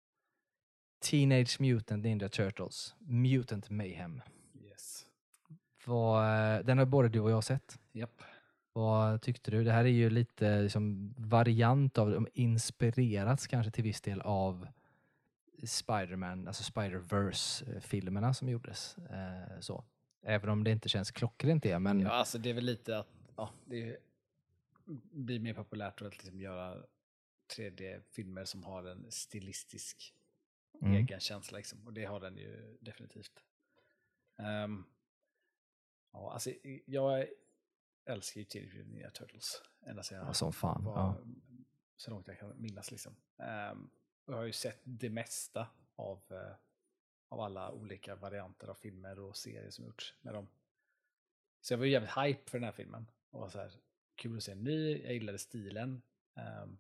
Teenage Mutant Ninja Turtles, Mutant Mayhem. Yes. Vad, den har både du och jag sett. Japp. Vad tyckte du? Det här är ju lite liksom variant av, inspirerats kanske till viss del av Spider-Man, alltså Spider-Verse-filmerna som gjordes. Eh, så. Även om det inte känns klockrent det, men... Ja, alltså det är väl lite att ja, det blir mer populärt att liksom göra tre D-filmer som har en stilistisk mm. egen känsla liksom. Och det har den ju definitivt. Um, ja, alltså jag älskar ju Teenage Mutant Ninja Turtles ända sedan ja, som fan. var, Ja. så långt jag kan minnas liksom. Um, och jag har ju sett det mesta av, uh, av alla olika varianter av filmer och serier som gjorts med dem. Så jag var ju jävligt hype för den här filmen. Och var så här, kul att se en ny, jag gillade stilen. Um,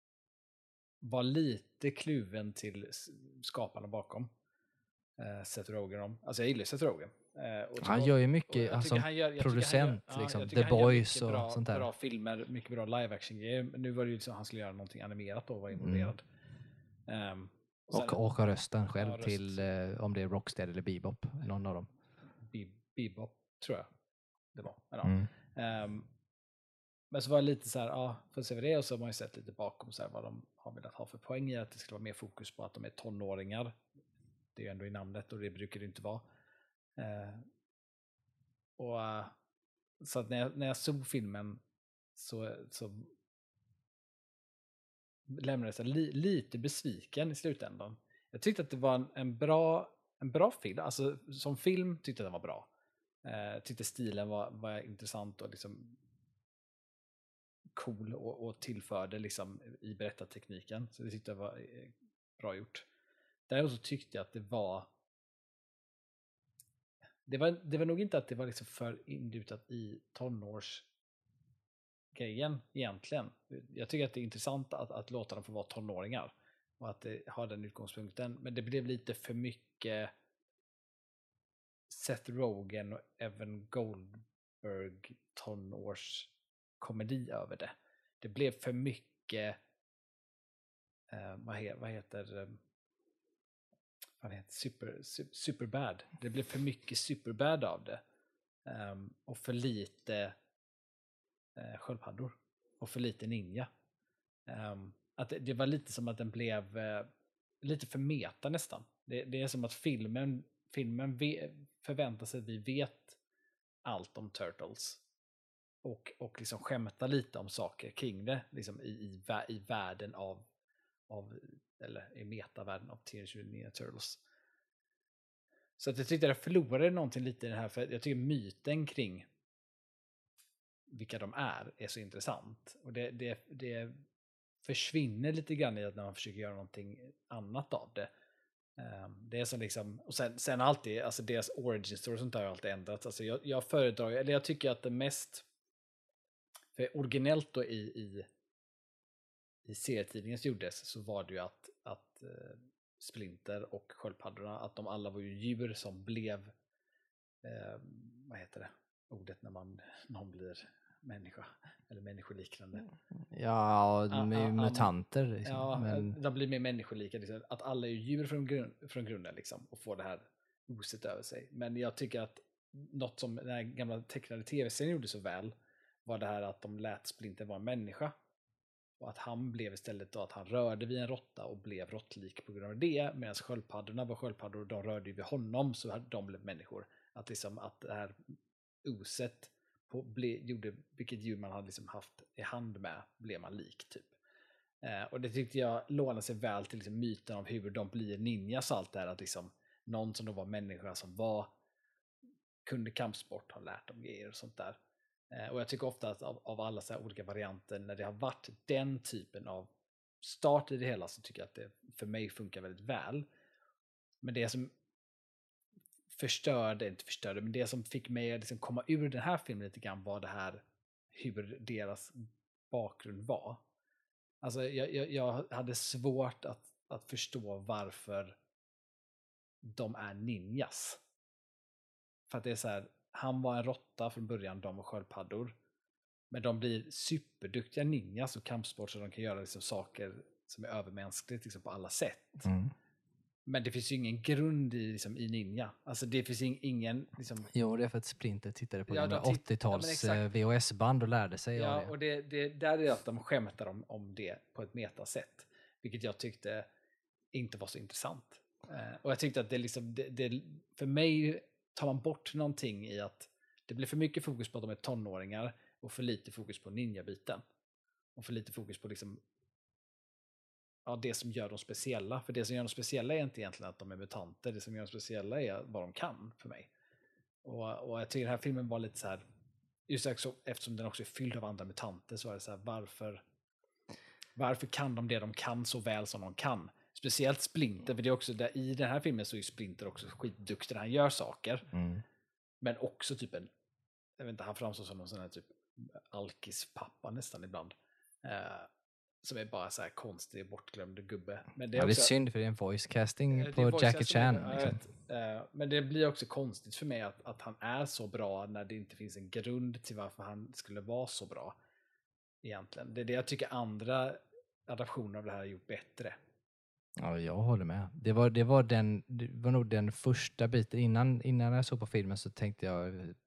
var lite kluven till skaparna bakom uh, Seth Rogen. Om. Alltså jag gillar Seth Rogen. Uh, och han gör ju mycket alltså, gör, producent, gör, liksom, ja, The Boys och bra, sånt där. Bra filmer, mycket bra live action grejer. Nu var det ju liksom han skulle göra någonting animerat och var involverad. Mm. Um, och, sen, och, och ha rösten själv ja, röst. till uh, om det är Rocksteady eller Bebop, någon av dem. Be- Bebop tror jag det var. Mm. Um, men så var det lite så här, ja, får se vad det är, och så har man ju sett lite bakom så här, vad de har velat ha för poäng i att det skulle vara mer fokus på att de är tonåringar. Det är ju ändå i namnet och det brukar det inte vara. Eh, och uh, så att när jag, när jag såg filmen så, så lämnade jag li, lite besviken i slutändan. Jag tyckte att det var en, en, bra, en bra film. Alltså som film tyckte jag den var bra. Jag eh, tyckte stilen var, var intressant och liksom cool och, och tillförde liksom i berättartekniken. Så det tyckte jag var eh, bra gjort. Däremot så tyckte jag att det var det var, det var nog inte att det var liksom för indutat i tonårsgrejen egentligen. Jag tycker att det är intressant att, att låta dem få vara tonåringar och att det har den utgångspunkten. Men det blev lite för mycket Seth Rogen och Evan Goldberg tonårskomedi över det. Det blev för mycket eh, vad, he, vad heter eh, vad heter super, super, Superbad. Det blev för mycket Superbad av det. Um, och för lite uh, sköldpaddor. Och för lite ninja. Um, att det, det var lite som att den blev uh, lite för meta nästan. Det, det är som att filmen, filmen ve, förväntar sig att vi vet allt om Turtles. Och, och liksom skämta lite om saker kring det. Liksom i, i, i världen av, av eller i metavärlden av Teenage Mutant Ninja Turtles. Så att jag tyckte jag förlorade någonting lite i det här, för jag tycker myten kring vilka de är är så intressant. Och det, det, det försvinner lite grann i att när man försöker göra någonting annat av det. Um, det är så liksom, och sen, sen alltid, alltså deras origin story och sånt där har alltid ändrats. Alltså jag, jag föredrar, eller jag tycker att det mest, för originellt då i, i, i serietidningen som gjordes så var det ju att, att uh, Splinter och sköldpaddorna, att de alla var ju djur som blev eh, vad heter det ordet när man någon blir människa eller människoliknande. Ja, de är ju mutanter. Liksom. Ja, men... de blir mer människolika. Liksom. Att alla är djur från, grund, från grunden liksom, och får det här oset över sig. Men jag tycker att något som den här gamla tecknade tv-serien gjorde så väl var det här att de lät Splinter vara en människa. Och att han blev istället då att han rörde vid en råtta och blev råttlik på grund av det. Medan sköldpaddorna var sköldpaddor och de rörde vid honom så de blev människor. Att, liksom, att det här oset på, ble, gjorde vilket djur man hade liksom haft i hand med blev man lik typ. Eh, och det tyckte jag lånade sig väl till liksom myten av hur de blir ninjas och allt det här. Att liksom, någon som då var människa som var kunde kampsport har lärt dem grejer och sånt där. Och jag tycker ofta att av, av alla så här olika varianter, när det har varit den typen av start i det hela, så tycker jag att det för mig funkar väldigt väl. Men det som förstörde, inte förstörde, men det som fick mig att liksom komma ur den här filmen lite grann var det här hur deras bakgrund var. Alltså jag, jag, jag hade svårt att, att förstå varför de är ninjas. För att det är så här, han var en råtta från början, de var sköldpaddor. Men de blir superduktiga ninjas och kampsport så de kan göra liksom saker som är övermänskligt liksom på alla sätt. Mm. Men det finns ju ingen grund i, liksom, i ninja. Alltså det finns ingen... Liksom... Jo, det är för att Splinter tittade på ja, gamla titt... åttio-tals ja, V H S-band och lärde sig ja, av det. Och det, det där är att de skämtar om, om det på ett metasätt. Vilket jag tyckte inte var så intressant. Eh, och jag tyckte att det liksom... Det, det, för mig tar man bort någonting i att det blir för mycket fokus på att de är tonåringar och för lite fokus på ninja-biten. Och för lite fokus på liksom, ja, det som gör dem speciella. För det som gör dem speciella är inte egentligen att de är mutanter. Det som gör dem speciella är vad de kan för mig. Och, och jag tycker den här filmen var lite så här, just också, eftersom den också är fylld av andra mutanter, så är det så här, varför, varför kan de det de kan så väl som de kan? Speciellt Splinter, för det är också där, i den här filmen så är Splinter också skitduktig när han gör saker. Mm. Men också typ en, jag vet inte, han framstår som någon sån här typ alkispappa nästan ibland. Eh, som är bara så här konstig, bortglömd gubbe. Men det är, ja, också, det är synd för det är en voice casting eh, på voice Jackie Chan. Är, Liksom. vet, eh, men det blir också konstigt för mig att, att han är så bra när det inte finns en grund till varför han skulle vara så bra. Egentligen. Det är det jag tycker andra adaptioner av det här har gjort bättre. Ja, jag håller med. Det var, det var, den, det var nog den första biten. Innan, innan jag såg på filmen så tänkte jag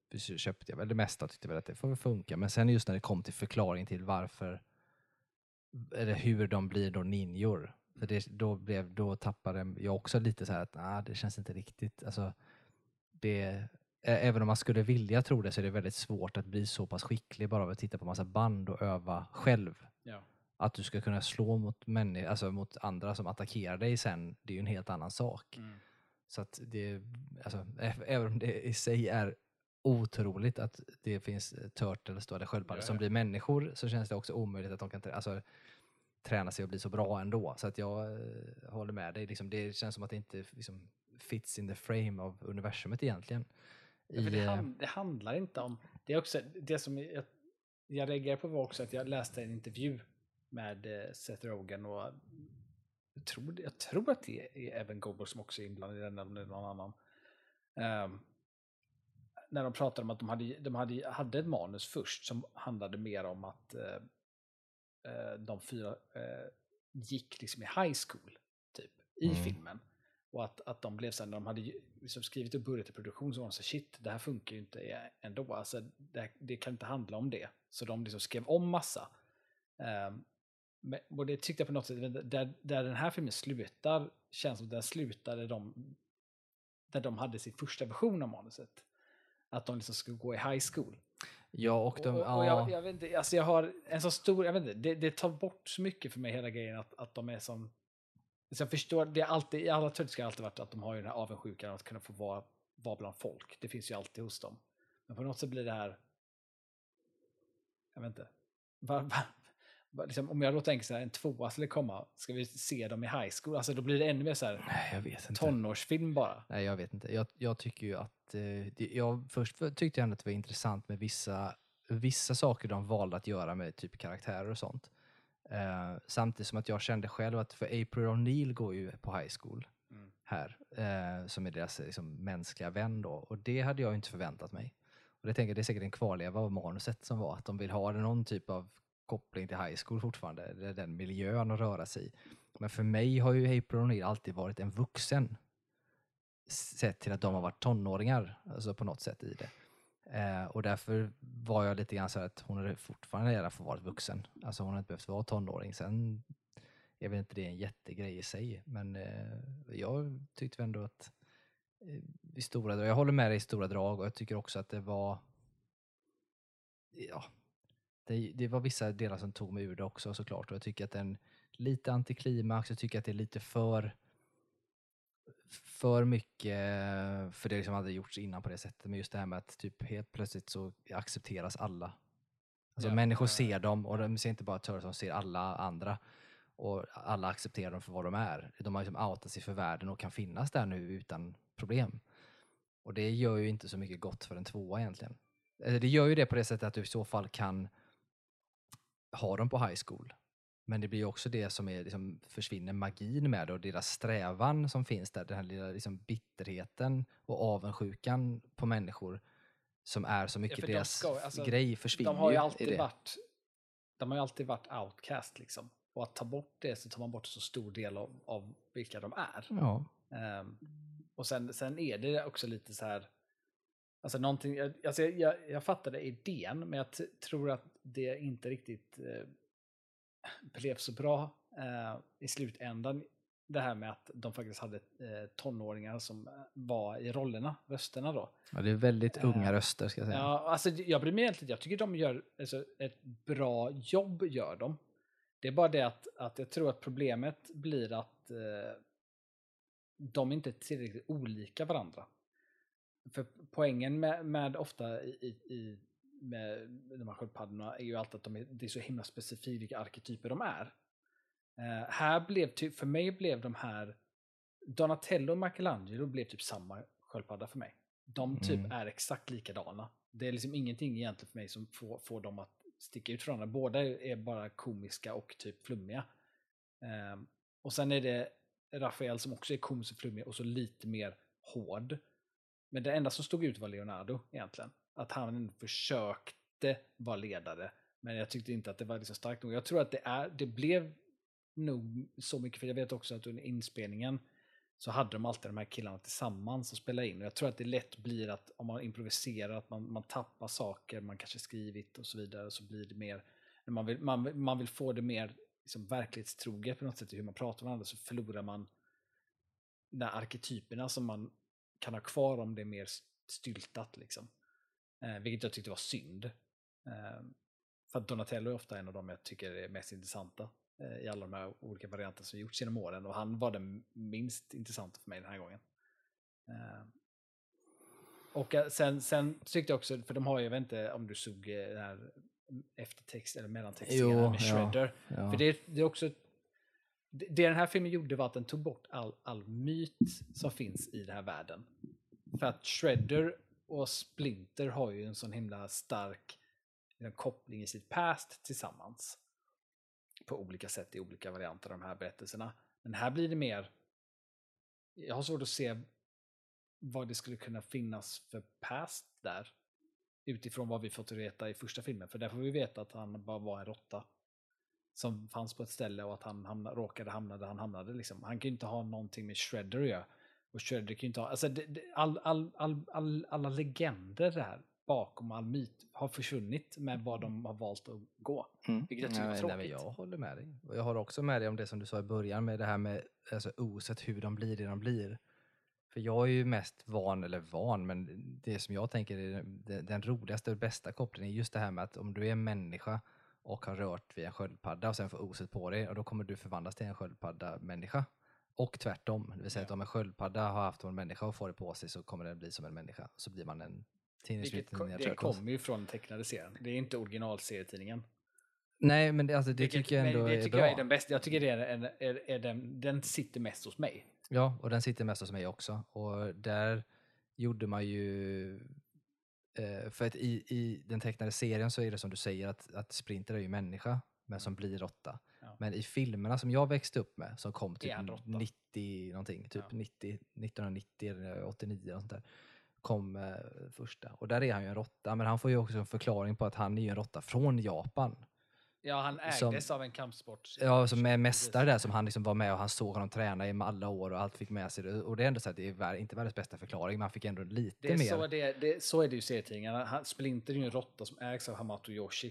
köpte jag väl det mesta, tyckte väl att det får väl funka. Men sen just när det kom till förklaring till varför, eller hur de blir då ninjor. För det, då, blev, då tappade jag också lite så här att nah, det känns inte riktigt. Alltså, det, även om man skulle vilja tro det så är det väldigt svårt att bli så pass skicklig bara av att titta på massa band och öva själv. Ja. Att du ska kunna slå mot, människor, alltså mot andra som attackerar dig sen, det är ju en helt annan sak. Mm. Så att det, alltså, även om det i sig är otroligt att det finns turtles, då, eller sköldpaddor, Ja, ja. som blir människor, så känns det också omöjligt att de kan alltså, träna sig och bli så bra ändå. Så att jag eh, håller med dig. Liksom, det känns som att det inte liksom, fits in the frame av universumet egentligen. Ja, för I, det, eh, hand, det handlar inte om... Det är också det som jag, jag reagerar på var också att jag läste en intervju med eh, Seth Rogen och jag tror, jag tror att det är Evan Goldberg som också är inblandad i den eller någon annan. Um, när de pratade om att de hade, de hade, hade ett manus först som handlade mer om att uh, uh, de fyra uh, gick liksom i high school typ i Mm. filmen. Och att, att de blev sen när de hade liksom skrivit och börjat i produktion så var de så shit, det här funkar ju inte ändå. Alltså, det, det kan inte handla om det. Så de liksom skrev om massa. Um, men, och det tyckte jag på något sätt, där, där den här filmen slutar, känns som att den slutade de, där de hade sin första version av manuset. Att de liksom skulle gå i high school. ja, och de, och, och, ja, och jag, jag vet inte, alltså jag har en så stor, jag vet inte, det, det tar bort så mycket för mig hela grejen att, att de är som, så jag förstår, det är alltid, i alla turtles har alltid varit att de har ju den här avundsjukan att kunna få vara, vara bland folk. Det finns ju alltid hos dem. Men på något sätt blir det här, jag vet inte, var, var, var, liksom, om jag då tänker så här, en tvåa skulle komma, ska vi se dem i high school? Alltså då blir det ännu mer så här, nej, jag vet inte. tonårsfilm bara. Nej, jag vet inte. Jag, jag tycker ju att, eh, det, jag först tyckte jag ändå att det var intressant med vissa, vissa saker de valde att göra med typ karaktärer och sånt. Eh, samtidigt som att jag kände själv att, för April O'Neil går ju på high school Mm. här, eh, som är deras liksom, mänskliga vän då. Och det hade jag inte förväntat mig. Och det tänker jag, det är säkert en kvarleva av manuset som var att de vill ha någon typ av koppling till high school fortfarande, det är den miljön att röra sig i. Men för mig har ju April O'Neil alltid varit en vuxen, sett till att de har varit tonåringar, alltså på något sätt i det. Eh, och därför var jag lite grann så här att hon är fortfarande redan för varit vuxen. Alltså hon har inte behövt vara tonåring. Sen är väl inte det en jättegrej i sig, men eh, jag tyckte ändå att eh, i stora drag, jag håller med dig i stora drag, och jag tycker också att det var ja, det, det var vissa delar som tog mig ur det också såklart, och jag tycker att den lite antiklimax, jag tycker att det är lite för för mycket, för det liksom hade gjorts innan på det sättet, men just det här med att typ helt plötsligt så accepteras alla. Alltså Ja, människor ja, ser dem, och ja. de ser inte bara Turtles, de ser alla andra, och alla accepterar dem för vad de är. De har liksom outat sig för världen och kan finnas där nu utan problem. Och det gör ju inte så mycket gott för en tvåa egentligen. Eller det gör ju det på det sättet att du i så fall kan ha dem på high school. Men det blir ju också det som är, liksom, försvinner magin med det, och deras strävan som finns där, den här lilla liksom, bitterheten och avundsjukan på människor som är så mycket för de deras ska- alltså, grej försvinner De har ju i alltid det. varit de har ju alltid varit outcast liksom. Och att ta bort det, så tar man bort så stor del av, av vilka de är. Ja. Um, och sen, sen är det också lite så här, alltså någonting, alltså jag, jag, jag fattade idén, men jag t- tror att det inte riktigt uh, blev så bra uh, i slutändan. Det här med att de faktiskt hade uh, tonåringar som var i rollerna, rösterna då. Ja, det är väldigt unga Eh, röster ska jag säga. Ja, alltså jag bryr mig egentligen, jag tycker de gör alltså, ett bra jobb, gör de. Det är bara det att, att jag tror att problemet blir att eh, de inte är tillräckligt olika varandra. För poängen med, med ofta i, i, i med de här sköldpaddorna är ju alltid att de är, det är så himla specifikt vilka arketyper de är. Eh, här blev, typ, för mig blev de här, Donatello och Michelangelo blev typ samma sköldpadda för mig. De typ Mm. är exakt likadana. Det är liksom ingenting egentligen för mig som får, får dem att sticka ut från varandra. Båda är bara komiska och typ flummiga. Um, och sen är det Rafael som också är komisk och flummig och så lite mer hård. Men det enda som stod ut var Leonardo egentligen. Att han försökte vara ledare. Men jag tyckte inte att det var liksom starkt nog. Jag tror att det, är, det blev nog så mycket, för jag vet också att under inspelningen så hade de alltid de här killarna tillsammans och spela in. Och jag tror att det lätt blir att om man improviserar, att man, man tappar saker man kanske skrivit och så vidare, så blir det mer, när man vill, man, man vill få det mer liksom verklighetstroget på något sätt i hur man pratar med varandra, så förlorar man de här arketyperna som man kan ha kvar om det är mer styltat liksom. Eh, vilket jag tyckte var synd. Eh, för att Donatello är ofta en av dem jag tycker är mest intressanta eh, i alla de här olika varianter som gjorts genom åren, och han var den minst intressanta för mig den här gången. Eh, och eh, sen, sen tyckte jag också, för de har ju, jag vet inte om du såg eh, den här eftertext eller mellantexten med Shredder. Ja, ja. För det, det är också det, det den här filmen gjorde var att den tog bort all, all myt som finns i den här världen. För att Shredder och Splinter har ju en sån himla stark en koppling i sitt past tillsammans. På olika sätt i olika varianter av de här berättelserna. Men här blir det mer, jag har svårt att se vad det skulle kunna finnas för past där. Utifrån vad vi fått veta i första filmen. För där får vi veta att han bara var en råtta. Som fanns på ett ställe och att han hamna, råkade hamna där han hamnade. Liksom. Han kan ju inte ha någonting med Shredder att göra. Och Shredder kan ju inte ha, alltså det, det, all, all, all, all, alla legender där bakom all myt har försvunnit med vad de har valt att gå. Mm. Vilket jag tycker är Ja, nej, men jag håller med dig. Och jag har också med dig om det som du sa i början med det här med alltså, oset, hur de blir det de blir. För jag är ju mest van, eller van, men det som jag tänker är den, den roligaste och bästa kopplingen är just det här med att om du är en människa och har rört vid en sköldpadda och sen får oset på dig, och då kommer du förvandlas till en sköldpadda-människa. Och tvärtom, det vill säga Ja. att om en sköldpadda har haft en människa och får det på sig så kommer den bli som en människa. Så blir man en Teenage Vilket, Mutant Ninja det Turtles. kommer ju från den tecknade serien. Det är inte originalserietidningen. Nej, men det, alltså, det Vilket, tycker jag ändå men det är tycker bra. jag är den bästa. Jag tycker det är, är, är, är den, den sitter mest hos mig. Ja, och den sitter mest hos mig också. Och där gjorde man ju... Eh, för att i, i den tecknade serien så är det som du säger att, att Splinter är ju människa, men som blir råtta. Ja. Men i filmerna som jag växte upp med, som kom typ Är han råtta? nittio någonting, typ Ja. nittio, nittonhundranittio eller åttionio och sånt där, kom eh, första. Och där är han ju en råtta, men han får ju också en förklaring på att han är ju en råtta från Japan. Ja, han ägdes Som- av en kampsport. Ja, som är mästare där, som han liksom var med och han såg honom träna i alla år och allt fick med sig det. Och det är ändå så att det är vär, inte världens bästa förklaring, men han fick ändå lite Det är mer. så, det, det, så är det ju i serietidningarna. Han- Splinter är ju en råtta som ägs av Hamato Yoshi.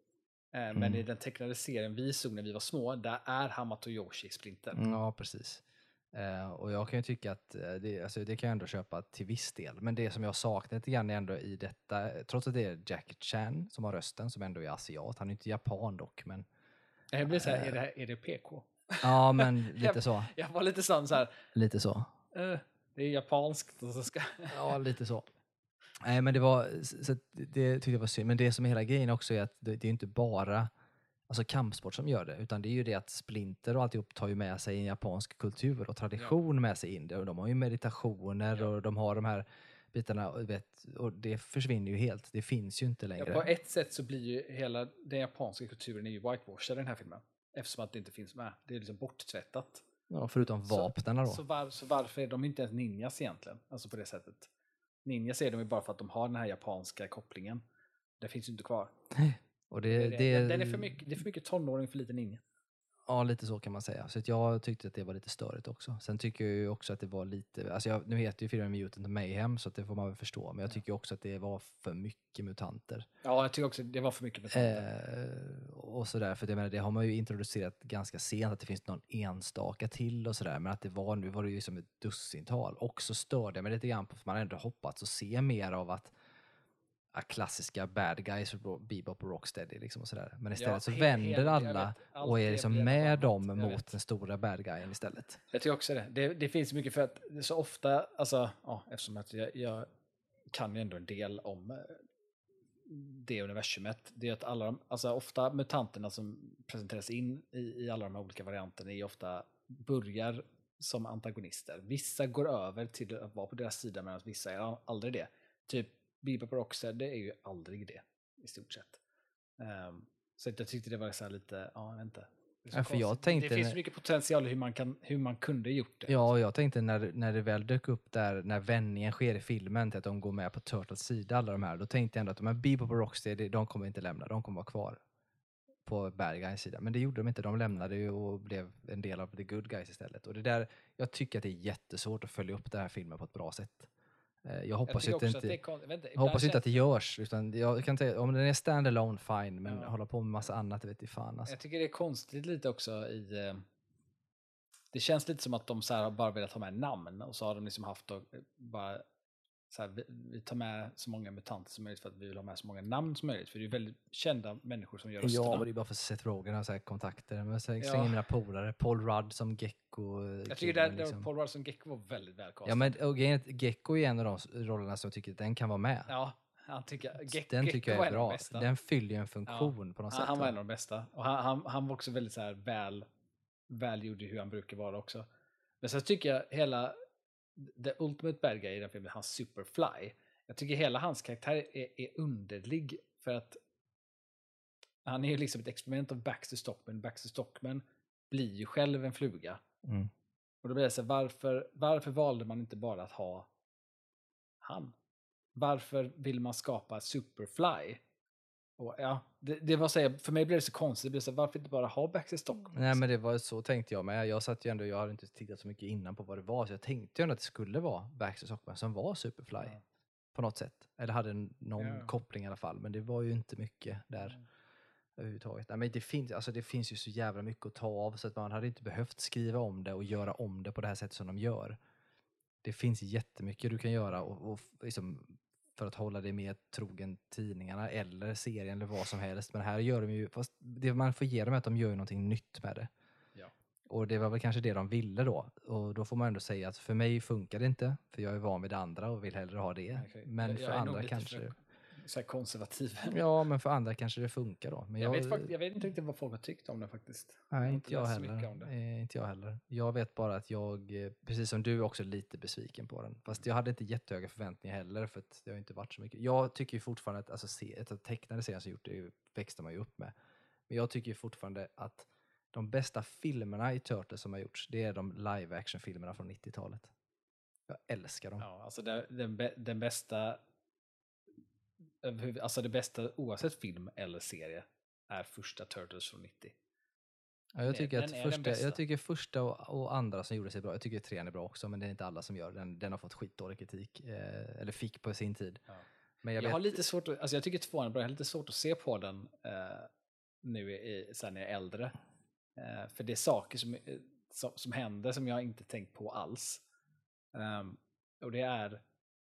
Eh, Men Mm. i den tecknade serien vi såg när vi var små, där är Hamato Yoshi Splinter. Ja, precis. Eh, och jag kan ju tycka att eh, det, alltså, det kan jag ändå köpa till viss del. Men det som jag saknar lite grann är ändå i detta, eh, trots att det är Jackie Chan som har rösten, som ändå är asiat. Han är inte japan dock, men Jag blir så här, är det, är det P K? ja, men lite så. Jag var lite sån så här, Lite så. eh, det är japanskt och så ska... Ja, lite så. Nej, men det var, så att det tyckte jag var synd. Men det som är hela grejen också är att det, det är inte bara alltså kampsport som gör det, utan det är ju det att Splinter och alltihop tar ju med sig en japansk kultur och tradition med sig in det. Och de har ju meditationer Ja. och de har de här bitarna, och vet, och det försvinner ju helt. Det finns ju inte Ja, längre. på ett sätt så blir ju hela den japanska kulturen är ju whitewashad i den här filmen. Eftersom att det inte finns med. Det är liksom borttvättat. Ja, förutom Så- vapnen då. Så, var, så varför är de inte ens ninjas egentligen? Alltså på det sättet. Ninjas är de ju bara för att de har den här japanska kopplingen. Det finns ju inte kvar. Och Det, det, det, det, den är för mycket, det är för mycket tonåring för lite ninja. Ja, lite så kan man säga. Så att jag tyckte att det var lite störigt också. Sen tycker jag ju också att det var lite... Alltså jag, nu heter ju filmen Mutant Mayhem, så att det får man väl förstå. Men jag tycker också att det var för mycket mutanter. Ja, jag tycker också det var för mycket mutanter. Eh, och sådär, för det, menar, det har man ju introducerat ganska sent, att det finns någon enstaka till och sådär. Men att det var, nu var det ju som ett dussintal. Också störde jag mig lite grann på, för man har ändå hoppats att se mer av att ja, klassiska bad guys, Bebop och Rocksteady liksom och sådär. Men istället Ja, så he- vänder hela- jag alla vet, allt och är det liksom blir något med annat, dem jag mot vet. den stora bad guyen istället. Jag tycker också det. det. Det finns mycket för att det är så ofta, alltså, ja, eftersom att jag, jag kan ju ändå en del om eh, det universumet. Det är att alla de, alltså ofta mutanterna som presenteras in i, i alla de här olika varianterna är ju ofta börjar som antagonister. Vissa går över till att vara på deras sida medan vissa är aldrig det. Typ Bebop och Rocksteady, det är ju aldrig det i stort sett. Um, så att jag tyckte det var så här lite, ja, jag vet inte. Det är så Ja, för jag konstigt. tänkte det finns när- så mycket potential hur man, kan, hur man kunde gjort det. Ja, och jag tänkte när, när det väl dök upp där, när vändningen sker i filmen till att de går med på Turtles sida, alla de här, då tänkte jag ändå att de här Bebop och Rocksteady, de kommer inte lämna, de kommer vara kvar på bad guys sida. Men det gjorde de inte. De lämnade ju och blev en del av the good guys istället. Och det där, jag tycker att det är jättesvårt att följa upp den här filmen på ett bra sätt. Eh, Jag hoppas Jag inte, tycker också att det är inte, kon- jag vet inte, jag ibland hoppas inte känns att det görs. Utan jag kan säga, om den är standalone, fine. Men Ja. hålla på med massa annat, det vet jag fan. Alltså. Jag tycker det är konstigt lite också i... eh, Det känns lite som att de så här har bara velat ha med namn och så har de liksom haft då, eh, bara så här, vi, vi tar med så många mutanter som möjligt för att vi vill ha med så många namn som möjligt. För det är väldigt kända människor som gör rösterna. Ja, men det är bara för Seth Rogen har så här kontakter. Men så Ja. slänger in mina polare. Paul Rudd som Gecko. eh, Jag tycker killen, där, liksom. Paul Rudd som Gecko var väldigt välkastad. Ja, men och grejen är att Gecko är en av de rollerna som jag tycker att den kan vara med. Ja, han tycker, Ge- Den Gecko tycker var jag är en av de bra. bästa. Den fyller ju en funktion på något han, sätt. han var va? en av de bästa. Och han, han, han var också väldigt så här väl, välgjord i hur han brukar vara också. Men så tycker jag hela The Ultimate Bad Guy i den filmen, hans Superfly. Jag tycker hela hans karaktär är, är underlig för att han är ju liksom ett experiment av Baxter Stockman. Baxter Stockman blir ju själv en fluga. Mm. Och då blir det så här, varför, varför valde man inte bara att ha han? Varför vill man skapa Superfly? Och ja, det, det var så här, för mig blev det så konstigt. Det blev så här, varför inte bara ha Baxter Stockman? Nej, men det var så tänkte jag med. Jag satt ju ändå, jag hade inte tittat så mycket innan på vad det var. Så jag tänkte ju ändå att det skulle vara Baxter Stockman som var Superfly. Ja. På något sätt. Eller hade en- någon Ja. koppling i alla fall. Men det var ju inte mycket där. Mm. Överhuvudtaget. Nej, men det, finns, alltså det finns ju så jävla mycket att ta av så att man hade inte behövt skriva om det och göra om det på det här sättet som de gör. Det finns jättemycket du kan göra och, och liksom för att hålla dig mer trogen tidningarna eller serien eller vad som helst. Men här gör de ju, fast det man får ge dem är att de gör ju någonting nytt med det. Ja. Och det var väl kanske det de ville då. Och då får man ändå säga att för mig funkar det inte, för jag är van vid det andra och vill hellre ha det. Okej. Men Jag- för jag är nog andra lite kanske... för- Så här konservativ. Ja, men för andra kanske det funkar då. Men Jag, vet, fakt- jag vet inte riktigt vad folk har tyckt om det faktiskt. Nej, har inte jag läst så mycket heller. om det. Eh, inte jag heller. Jag vet bara att jag, eh, precis som du, också är lite besviken på den. Fast jag hade inte jättehöga förväntningar heller, för att det har inte varit så mycket. Jag tycker ju fortfarande att, alltså, se, ett tecknade serien som gjort det ju- växte man ju upp med. Men jag tycker ju fortfarande att de bästa filmerna i Turtles som har gjorts, det är de live action-filmerna från nittiotalet. Jag älskar dem. Ja, alltså det, den, bä- den bästa, överhuvud- alltså det bästa oavsett film eller serie är första Turtles från nittio. Ja, jag, Den- tycker den att är den första, bästa. jag tycker första och, och andra som gjorde sig bra. Jag tycker trean är bra också, men det är inte alla som gör den. Den har fått skitdålig kritik, eh, eller fick på sin tid. Ja. Men Jag, jag, vet, har lite svårt att, alltså jag tycker tvåan är bra, jag har lite svårt att se på den eh, nu i, sen när jag är äldre. Eh, för det är saker som, eh, som, som händer som jag inte tänkt på alls. Ehm, och det är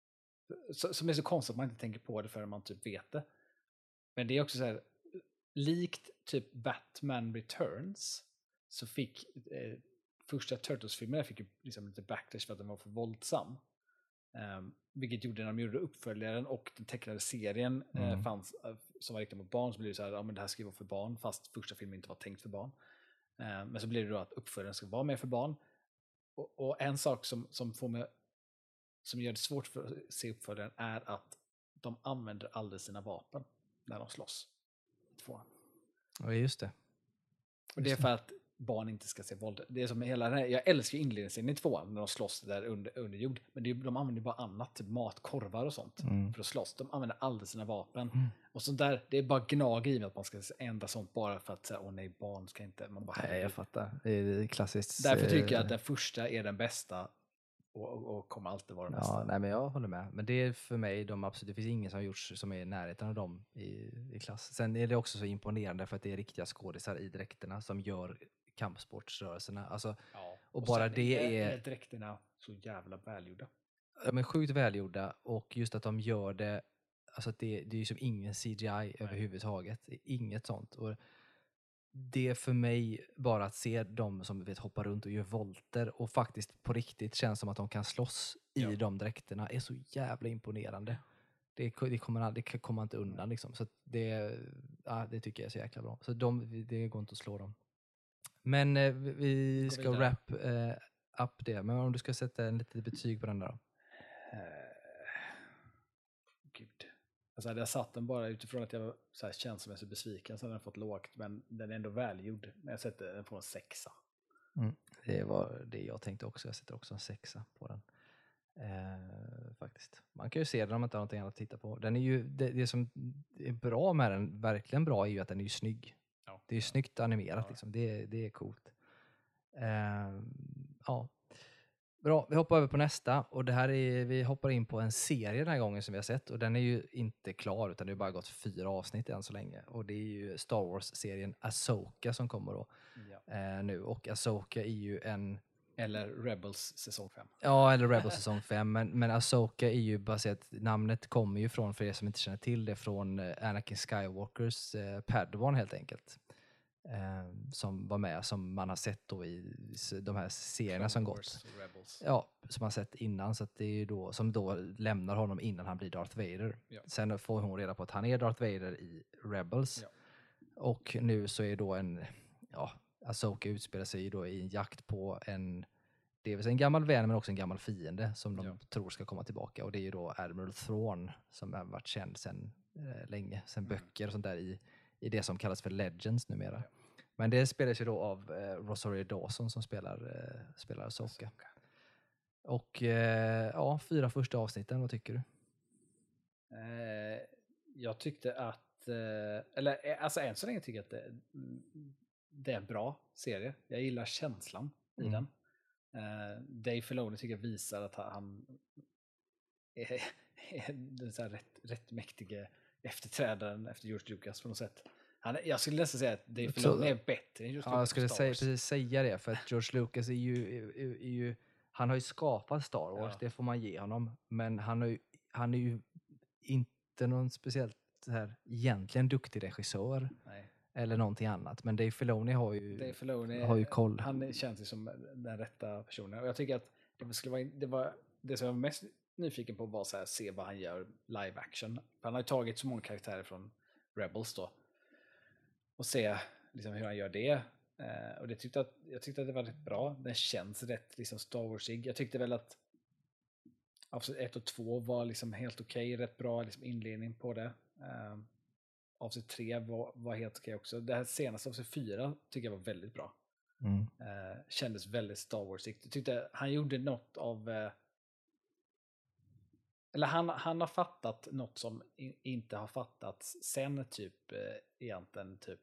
så, som är så konstigt att man inte tänker på det förrän man typ vet det. Men det är också så här, likt typ Batman Returns så fick eh, första Turtles-filmerna fick ju liksom lite backlash för att den var för våldsam. Um, vilket gjorde när de gjorde uppföljaren och den tecknade serien eh, Mm. fanns, eh, som var riktad mot barn, så blev det så här, ja men det här ska ju vara för barn, fast första filmen inte var tänkt för barn. Eh, men så blev det då att uppföljaren ska vara mer för barn. Och, och en sak som, som får mig, som gör det svårt för att se uppföljaren är att de använder aldrig sina vapen när de slåss. Tvåan. ja, just det. Och det är för att barn inte ska se våld. Det är som hela den här, jag älskar inledningsscenen i tvåan när de slåss där under, under jord. Men det är, de använder bara annat, typ matkorvar och sånt Mm. för att slåss. De använder aldrig sina vapen. Mm. Och sånt där, det är bara gnager i mig att man ska ändra sånt bara för att säga, åh nej, barn ska inte. Man bara, Nej, herregud. jag fattar. Det är klassiskt. Därför tycker jag eh, att den första är den bästa och, och, och kommer alltid vara den bästa. Ja, nej, men jag håller med. Men det är för mig, de absolut, det finns ingen som har gjorts som är i närheten av dem i, i klass. Sen är det också så imponerande för att det är riktiga skådisar i dräkterna som gör kampsportsrörelserna. Alltså, Ja. och bara sen det är- är dräkterna så jävla välgjorda. de är sjukt välgjorda och just att de gör det, alltså att det, det är ju som ingen C G I överhuvudtaget. Det är inget sånt. Och det är för mig bara att se dem som vet hoppar runt och gör volter och faktiskt på riktigt känns som att de kan slåss i Ja. de dräkterna är så jävla imponerande. Det, det kommer man- det kommer man inte undan liksom. Så att det, ja, det tycker jag är så jäkla bra. Så de, det går inte att slå dem. Men eh, vi- vi Gå ska vidare. wrap eh, up det. Men om du ska sätta en litet betyg på den där då? Eh, Gud. Alltså hade jag satt den bara utifrån att jag var så här känslomässigt besviken så hade den fått lågt, men den är ändå välgjord. Men jag sätter den på en sexa. Det var det jag tänkte också. Jag sätter också en sexa på den. Eh, faktiskt. Man kan ju se den om man inte har någonting annat att titta på. Den är ju, det, det som är bra med den, verkligen bra, är ju att den är ju snygg. Ja. Det är ju snyggt animerat Ja. liksom. Det, det är coolt. Ehm, ja. Bra, vi hoppar över på nästa. Och det här är, vi hoppar in på en serie den här gången som vi har sett. Och den är ju inte klar utan det har bara gått fyra avsnitt än så länge. Och det är ju Star Wars-serien Ahsoka som kommer då Ja. eh, nu. Och Ahsoka är ju en... Eller Rebels säsong fem. Ja, eller Rebels säsong fem. Men, men Ahsoka är ju baserat... Namnet kommer ju från, för er som inte känner till det, från eh, Anakin Skywalkers eh, Padawan helt enkelt. Eh, som var med, som man har sett då i s- de här serierna Clone som Wars gått. och Rebels. Ja, som man sett innan. Så att det är ju då, som då lämnar honom innan han blir Darth Vader. Ja. Sen får hon reda på att han är Darth Vader i Rebels. Ja. Och nu så är då en... Ja, Ahsoka utspelar sig ju då i en jakt på en... Det är väl en gammal vän men också en gammal fiende som de Ja. tror ska komma tillbaka. Och det är ju då Admiral Thrawn som har varit känd sedan eh, länge. Sedan Mm. böcker och sånt där i, i det som kallas för Legends numera. Ja. Men det spelas ju då av eh, Rosario Dawson som spelar, eh, spelar Ahsoka. Och eh, ja, fyra första avsnitten, vad tycker du? Eh, jag tyckte att, eh, eller eh, alltså än så länge tycker jag att det, mm, det är en bra serie. Jag gillar känslan i Mm. den. Eh, Dave Filoni tycker jag visar att han är, är den så här rätt, rätt mäktige efterträdaren efter George Lucas på något sätt. Han, jag skulle nästan säga att Dave Jag Filoni tror- är bättre än George Ja, Lucas jag skulle på Star säga, Wars. precis säga det, för att George Lucas är ju, är, är, är ju han har ju skapat Star Wars, Ja. det får man ge honom. Men han, har ju, han är ju inte någon speciellt så här, egentligen duktig regissör Nej. eller någonting annat. Men Dave Filoni har ju, Dave Filoni, har ju koll. han känns ju som den rätta personen. Och jag tycker att det skulle vara, det var det som jag var mest nyfiken på var så här, se vad han gör live action. För han har ju tagit så många karaktärer från Rebels då. Och se liksom, hur han gör det. Eh, och det tyckte att, jag tyckte att det var rätt bra. Den känns rätt liksom, Star Warsig. Jag tyckte väl att avsnitt ett och två var liksom helt okej. Rätt bra liksom, inledning på det. Eh, avsnitt tre var, var helt okej också. Det här senaste avsnitt fyra tycker jag var väldigt bra. Mm. Eh, kändes väldigt Star Wars-igt. Jag tyckte han gjorde något av... Eh, eller han, han har fattat något som i, inte har fattats sen typ eh, egentligen typ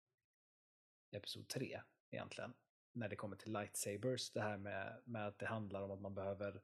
episod tre egentligen. När det kommer till lightsabers. Det här med, med att det handlar om att man behöver...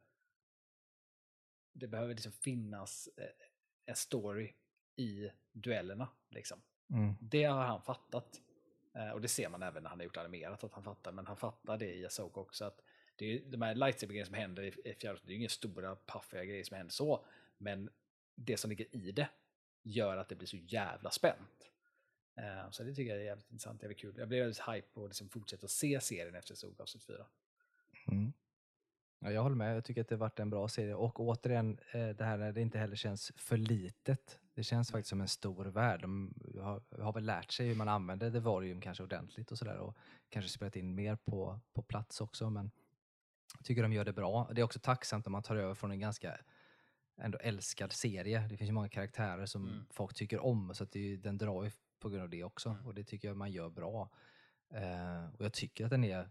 Det behöver liksom finnas eh, en story i duellerna. Liksom. Mm. Det har han fattat. Eh, och det ser man även när han har gjort animerat att han fattar. Men han fattar det i Ahsoka också. Att det är de här lightsaber-grejerna som händer i, i fjärde, det är ju inga stora paffiga grejer som händer så. Men det som ligger i det gör att det blir så jävla spänt. Eh, så det tycker jag är jävligt intressant, jävligt kul. Jag blev väldigt hype på att liksom fortsätta se serien efter Ahsoka avsnitt fyra. Mm. Ja, jag håller med. Jag tycker att det har varit en bra serie. Och återigen, eh, det här när det inte heller känns för litet. Det känns faktiskt som en stor värld. De har, har väl lärt sig hur man använder The Volume kanske ordentligt och sådär. Och kanske spelat in mer på, på plats också. Men jag tycker de gör det bra. Det är också tacksamt om man tar över från en ganska ändå älskad serie. Det finns ju många karaktärer som Mm. folk tycker om. Så att det är, ju- den drar ju på grund av det också. Mm. Och det tycker jag man gör bra. Eh, och jag tycker att den är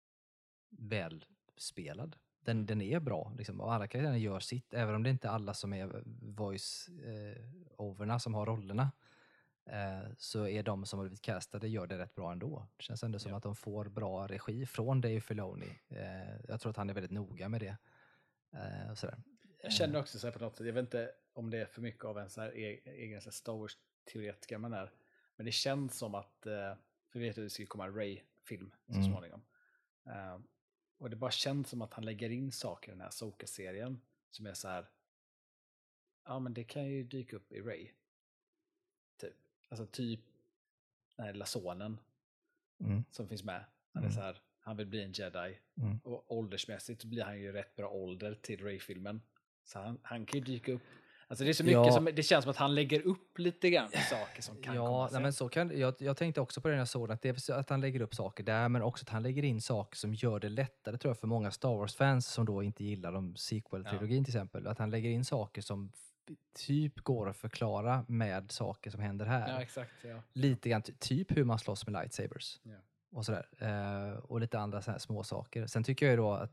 välspelad. Den, Mm. den är bra, liksom, och alla karaktärer gör sitt, även om det inte är alla som är voice-overna som har rollerna, eh, så är de som har blivit castade gör det rätt bra ändå. Det känns ändå som Ja. att de får bra regi från Dave Filoni. Eh, jag tror att han är väldigt noga med det. Eh, och sådär. Jag känner också så här på något sätt, jag vet inte om det är för mycket av en så här e- egen så här Star Wars-teoretiker man är, men det känns som att, eh, för vi vet att det ska komma en Ray-film så Mm. småningom. Eh, och det bara känns som att han lägger in saker i den här Ahsoka-serien som är så här, ja men det kan ju dyka upp i Ray. Typ. Alltså typ den här lilla sonen Mm. som finns med. Han är Mm. så här, han vill bli en jedi. Mm. Och åldersmässigt så blir han ju rätt bra ålder till Ray-filmen. Så han, han kan ju dyka upp. Alltså det är så mycket Ja. som, det känns som att han lägger upp lite grann saker som kan komma Ja, sen. nej, men så kan, jag, jag tänkte också på det när jag såg att, det är så att han lägger upp saker där, men också att han lägger in saker som gör det lättare, tror jag, för många Star Wars-fans som då inte gillar de sequel-trilogin till exempel. Att han lägger in saker som f- typ går att förklara med saker som händer här. Ja, exakt. Ja. Lite grann ty- typ hur man slåss med lightsabers. Ja. Och sådär. Eh, och lite andra så här små saker. Sen tycker jag ju då att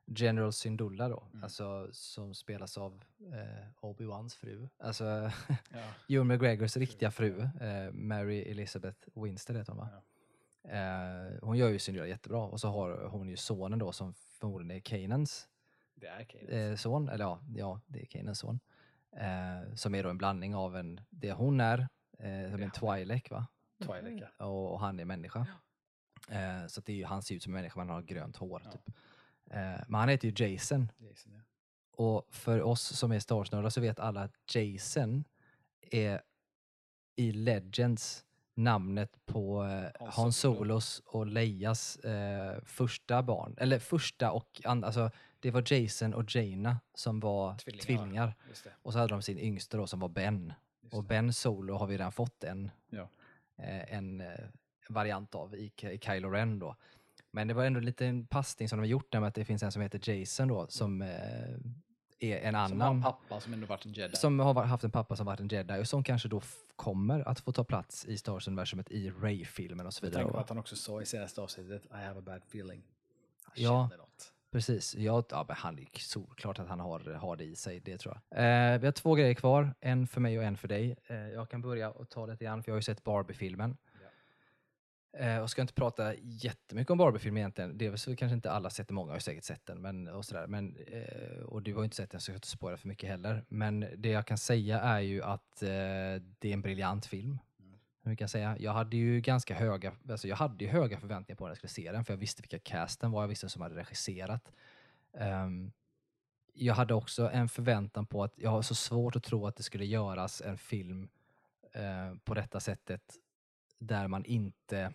General Syndulla då, Mm. alltså som spelas av eh, Obi-Wans fru. Alltså Ja. Ewan McGregors riktiga fru, eh, Mary Elizabeth Winstead heter hon va? Ja. Eh, hon gör ju Syndulla jättebra och så har hon ju sonen då som förmodligen är Kanans Det är Kane. eh, son, eller ja, ja det är Kanans son. Eh, som är då en blandning av en, det hon är, eh, som Det en Twi'lek va? Twi'lek, ja. Och, och han är människa. Eh, så att det är ju, han ser ut som en människa, man har grönt hår Ja. typ. Eh, men han heter ju Jason. Jason, ja. Och för oss som är Star Wars-nördar så vet alla att Jason är i Legends namnet på eh, Hans Hans Solo. Solos och Leias eh, första barn. Eller första och and, alltså det var Jason och Jaina som var Tvillingar. tvillingar. Just det. Och så hade de sin yngste då som var Ben. Just Och det. Ben Solo har vi redan fått en, Ja. eh, en eh, variant av i, i Kylo Ren då. Men det var ändå lite en passning som de har gjort där med att det finns en som heter Jason då som eh, är en annan. Som har en pappa som ändå varit en jedi. Som har haft en pappa som varit en jedi och som kanske då f- kommer att få ta plats i Star Wars-universumet i Rey-filmen och så Jag vidare. tänker på va? att han också sa i senaste avsnittet I have a bad feeling. Han Ja. kände något. Precis, ja, ja, men han är ju solklart att han har, har det i sig, det tror jag. Eh, vi har två grejer kvar, en för mig och en för dig. Eh, jag kan börja och ta lite grann, för jag har ju sett Barbie-filmen. Eh, och ska inte prata jättemycket om Barbie-film egentligen. Det är väl så kanske inte alla sett den, många har ju säkert sett den. Men, och, sådär. Men, eh, och du har ju inte sett den så jag ska inte spoila för mycket heller. Men det jag kan säga är ju att eh, det är en briljant film. Mm. Hur kan jag säga? Jag hade ju ganska höga, alltså jag hade ju höga förväntningar på när jag skulle se den. För jag visste vilka casten var, jag visste som hade regisserat. Um, jag hade också en förväntan på att jag har så svårt att tro att det skulle göras en film uh, på detta sättet där man inte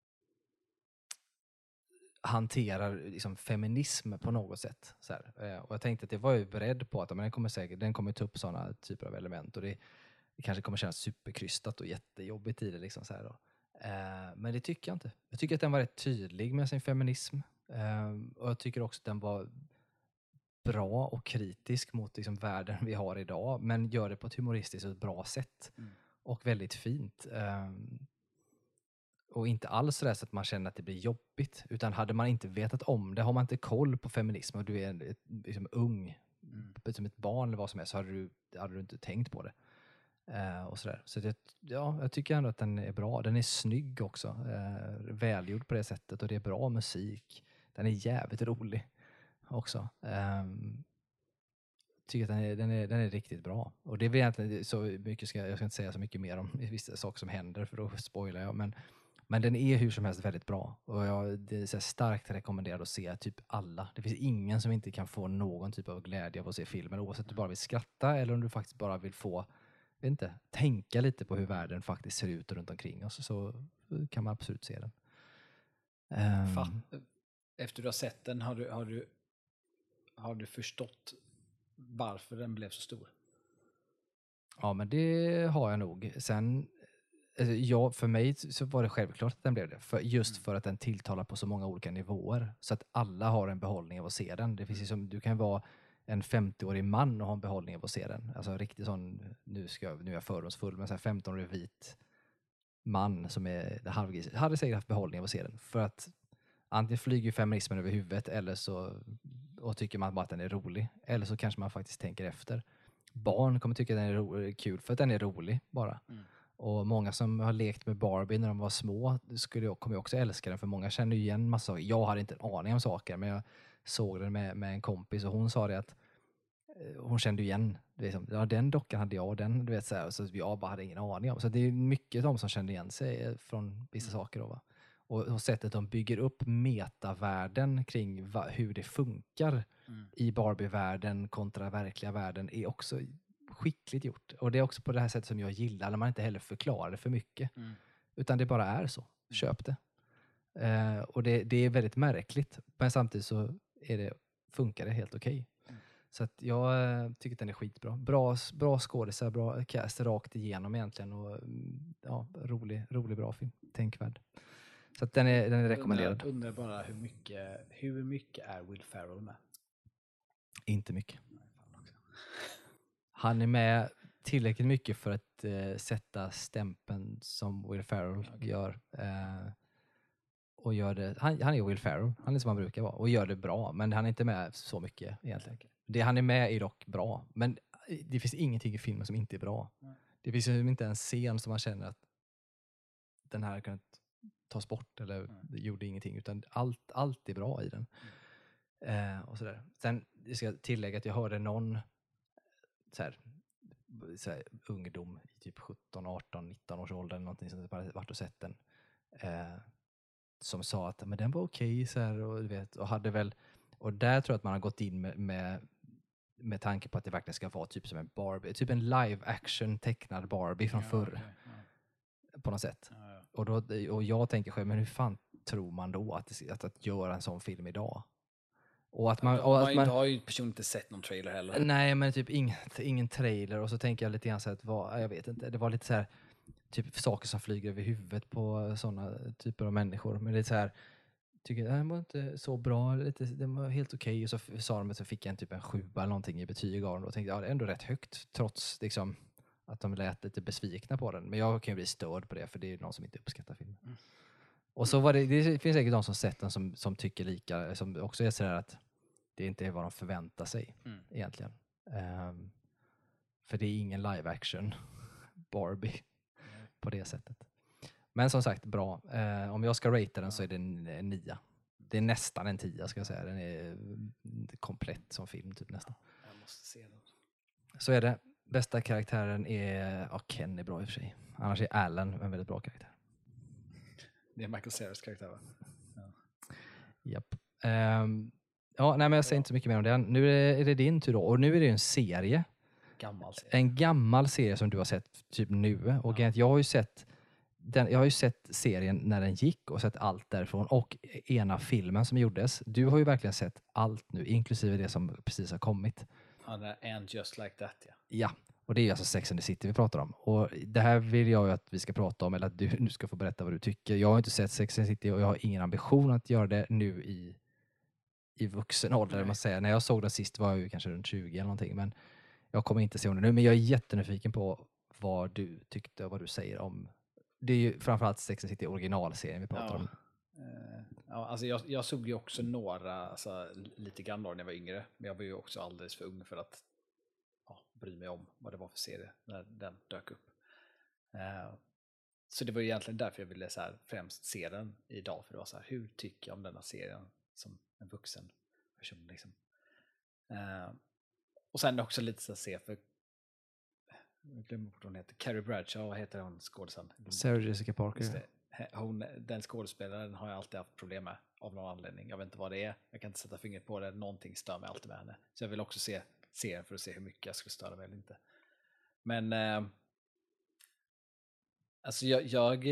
hanterar liksom feminism på något sätt. Så här. Eh, och jag tänkte att det var ju beredd på att men den kommer säkert den kommer ta upp sådana typer av element och det, det kanske kommer kännas superkrystat och jättejobbigt i det. Liksom så här då. Eh, men det tycker jag inte. Jag tycker att den var rätt tydlig med sin feminism. Eh, och jag tycker också att den var bra och kritisk mot liksom, världen vi har idag men gör det på ett humoristiskt och ett bra sätt. Mm. Och väldigt fint. Eh, Och inte alls så, där så att man känner att det blir jobbigt. Utan hade man inte vetat om det, har man inte koll på feminism och du är ett, liksom ung, Mm. som ett barn eller vad som är, så hade du, hade du inte tänkt på det. Uh, och så där. Så det, ja, jag tycker ändå att den är bra. Den är snygg också. Uh, välgjord på det sättet och det är bra musik. Den är jävligt rolig också. Um, tycker att den är, den, är, den är riktigt bra. Och det är egentligen så mycket, ska, jag ska inte säga så mycket mer om vissa saker som händer för då spoilar jag. Men Men den är hur som helst väldigt bra. Och jag det är så starkt rekommenderad att se typ alla. Det finns ingen som inte kan få någon typ av glädje av att se filmen. Oavsett om du bara vill skratta eller om du faktiskt bara vill få, vet inte, tänka lite på hur världen faktiskt ser ut runt omkring oss. Så kan man absolut se den. Um, Fan. Efter du har sett den, har du, har du, har du förstått varför den blev så stor? Ja, men det har jag nog. Sen ja, för mig så var det självklart att den blev det. För, just Mm. för att den tilltalar på så många olika nivåer. Så att alla har en behållning av att se den. Det finns ju som, du kan vara en femtioårig man och ha en behållning av att se den. Alltså riktigt sån, nu, ska jag, nu är jag fördomsfull, men så här femtonårig vit man som är halvgris, hade säkert haft behållning av att se den. För att antingen flyger feminismen över huvudet eller så och tycker man bara att den är rolig. Eller så kanske man faktiskt tänker efter. Barn kommer tycka att den är ro- kul för att den är rolig bara. Mm. Och många som har lekt med Barbie när de var små skulle jag, kommer ju också älska den, för många känner ju igen massa saker. Jag hade inte en aning om saker, men jag såg den med, med en kompis och hon sa det att eh, hon kände igen, liksom, ja, den dockan hade jag och den, du vet så här, så jag bara hade ingen aning om. Så det är mycket de som kände igen sig från vissa Mm. saker då, va? Och, och sättet de bygger upp metavärlden kring va, hur det funkar Mm. i Barbie-världen kontra verkliga världen är också skickligt gjort. Och det är också på det här sättet som jag gillar, när man inte heller förklarar det för mycket. Mm. Utan det bara är så. Köp det. Uh, och det, det är väldigt märkligt. Men samtidigt så är det, funkar det helt okej. Okay. Mm. Så att jag uh, tycker att den är skitbra. Bra, bra skådisar, bra cast rakt igenom egentligen. Och mm, ja, rolig, rolig, bra film. Tänkvärd. Så att den är, den är rekommenderad. Jag undrar bara hur mycket, hur mycket är Will Ferrell med? Inte mycket. Han är med tillräckligt mycket för att eh, sätta stämpeln som Will Ferrell Okay. gör. Eh, och gör det, han, han är Will Ferrell, han är som han brukar vara och gör det bra, men han är inte med så mycket egentligen. Det han är med är dock bra, men det finns ingenting i filmen som inte är bra. Nej. Det finns ju inte en scen som man känner att den här kan tas bort eller Nej. det gjorde ingenting, utan allt, allt är bra i den. Mm. Eh, och sådär. Sen ska jag tillägga att jag hörde någon så här, så här, ungdom i typ sjutton, arton, nitton års ålder eller någonting som bara varit och sett den. Eh, som sa att men den var okej så här, och du vet, och hade väl, och där tror jag att man har gått in med, med med tanke på att det verkligen ska vara typ som en Barbie, typ en live action tecknad Barbie från Ja, förr. okej, ja. På något sätt. Ja, ja. Och, då, och jag tänker själv, men hur fan tror man då att, det, att, att göra en sån film idag? Och att man... Ja, och man, att man man har ju personligen inte sett någon trailer heller. nej, men typ ingen, ingen trailer. Och så tänker jag lite grann så att vad, jag vet inte, det var lite så här typ saker som flyger över huvudet på sådana typer av människor. Men det är så här, tycker jag, det var inte så bra, lite, det var helt okej. Och så sa de att så fick jag en typ en sju eller någonting i betyg av dem. Och tänkte jag, ja, det är ändå rätt högt, trots liksom att de lät lite besvikna på den. Men jag kan ju bli störd på det, för det är någon som inte uppskattar filmen. Mm. Och så var det, det finns säkert de som sett den som, som tycker lika, som också är sådär att det inte är vad de förväntar sig mm. egentligen. Um, för det är ingen live action Barbie mm. på det sättet. Men som sagt, bra. Uh, om jag ska rata den så är det en, en nia. Det är nästan en tia, ska jag säga. Den är komplett som film, typ nästan. Jag måste se den. Så är det. Bästa karaktären är, ja, Ken är bra i och för sig. Annars är Alan en väldigt bra karaktär. Det är Michael Cera's karaktär, va? Ja. Japp. Um, ja, nej, men jag säger inte så mycket mer om det. Nu är det, är det din tur då. Och nu är det en serie. Gammal serie. En gammal serie som du har sett typ nu. Och ja. jag har ju sett den, jag har ju sett serien när den gick och sett allt därifrån. Och ena filmen som gjordes. Du har ju verkligen sett allt nu, inklusive det som precis har kommit. And just like that, ja. Ja, och det är alltså Sex and the City vi pratar om. Och det här vill jag ju att vi ska prata om, eller att du nu ska få berätta vad du tycker. Jag har inte sett Sex and the City och jag har ingen ambition att göra det nu i, i vuxen ålder. Man säger. När jag såg den sist var jag ju kanske runt tjugo eller någonting, men jag kommer inte se om det nu. Men jag är jättenyfiken på vad du tyckte och vad du säger om. Det är ju framförallt Sex and the City originalserien vi pratar ja. om. Uh, ja, alltså jag, jag såg ju också några, alltså, lite grann när jag var yngre, men jag var ju också alldeles för ung för att ja, bry mig om vad det var för serie när den dök upp. Uh, så det var egentligen därför jag ville så här, främst se den idag, för det var så här, hur tycker jag om denna serien som en vuxen person liksom. Uh, och sen också lite så att se, för jag glömmer bort vad hon heter, Carrie Bradshaw, vad heter hon skådespelaren? Sarah Jessica Parker. Hon, den skådespelaren har jag alltid haft problem med av någon anledning. Jag vet inte vad det är. Jag kan inte sätta fingret på det. Någonting stör mig alltid med henne. Så jag vill också se serien för att se hur mycket jag skulle störa mig eller inte. Men eh, alltså jag, jag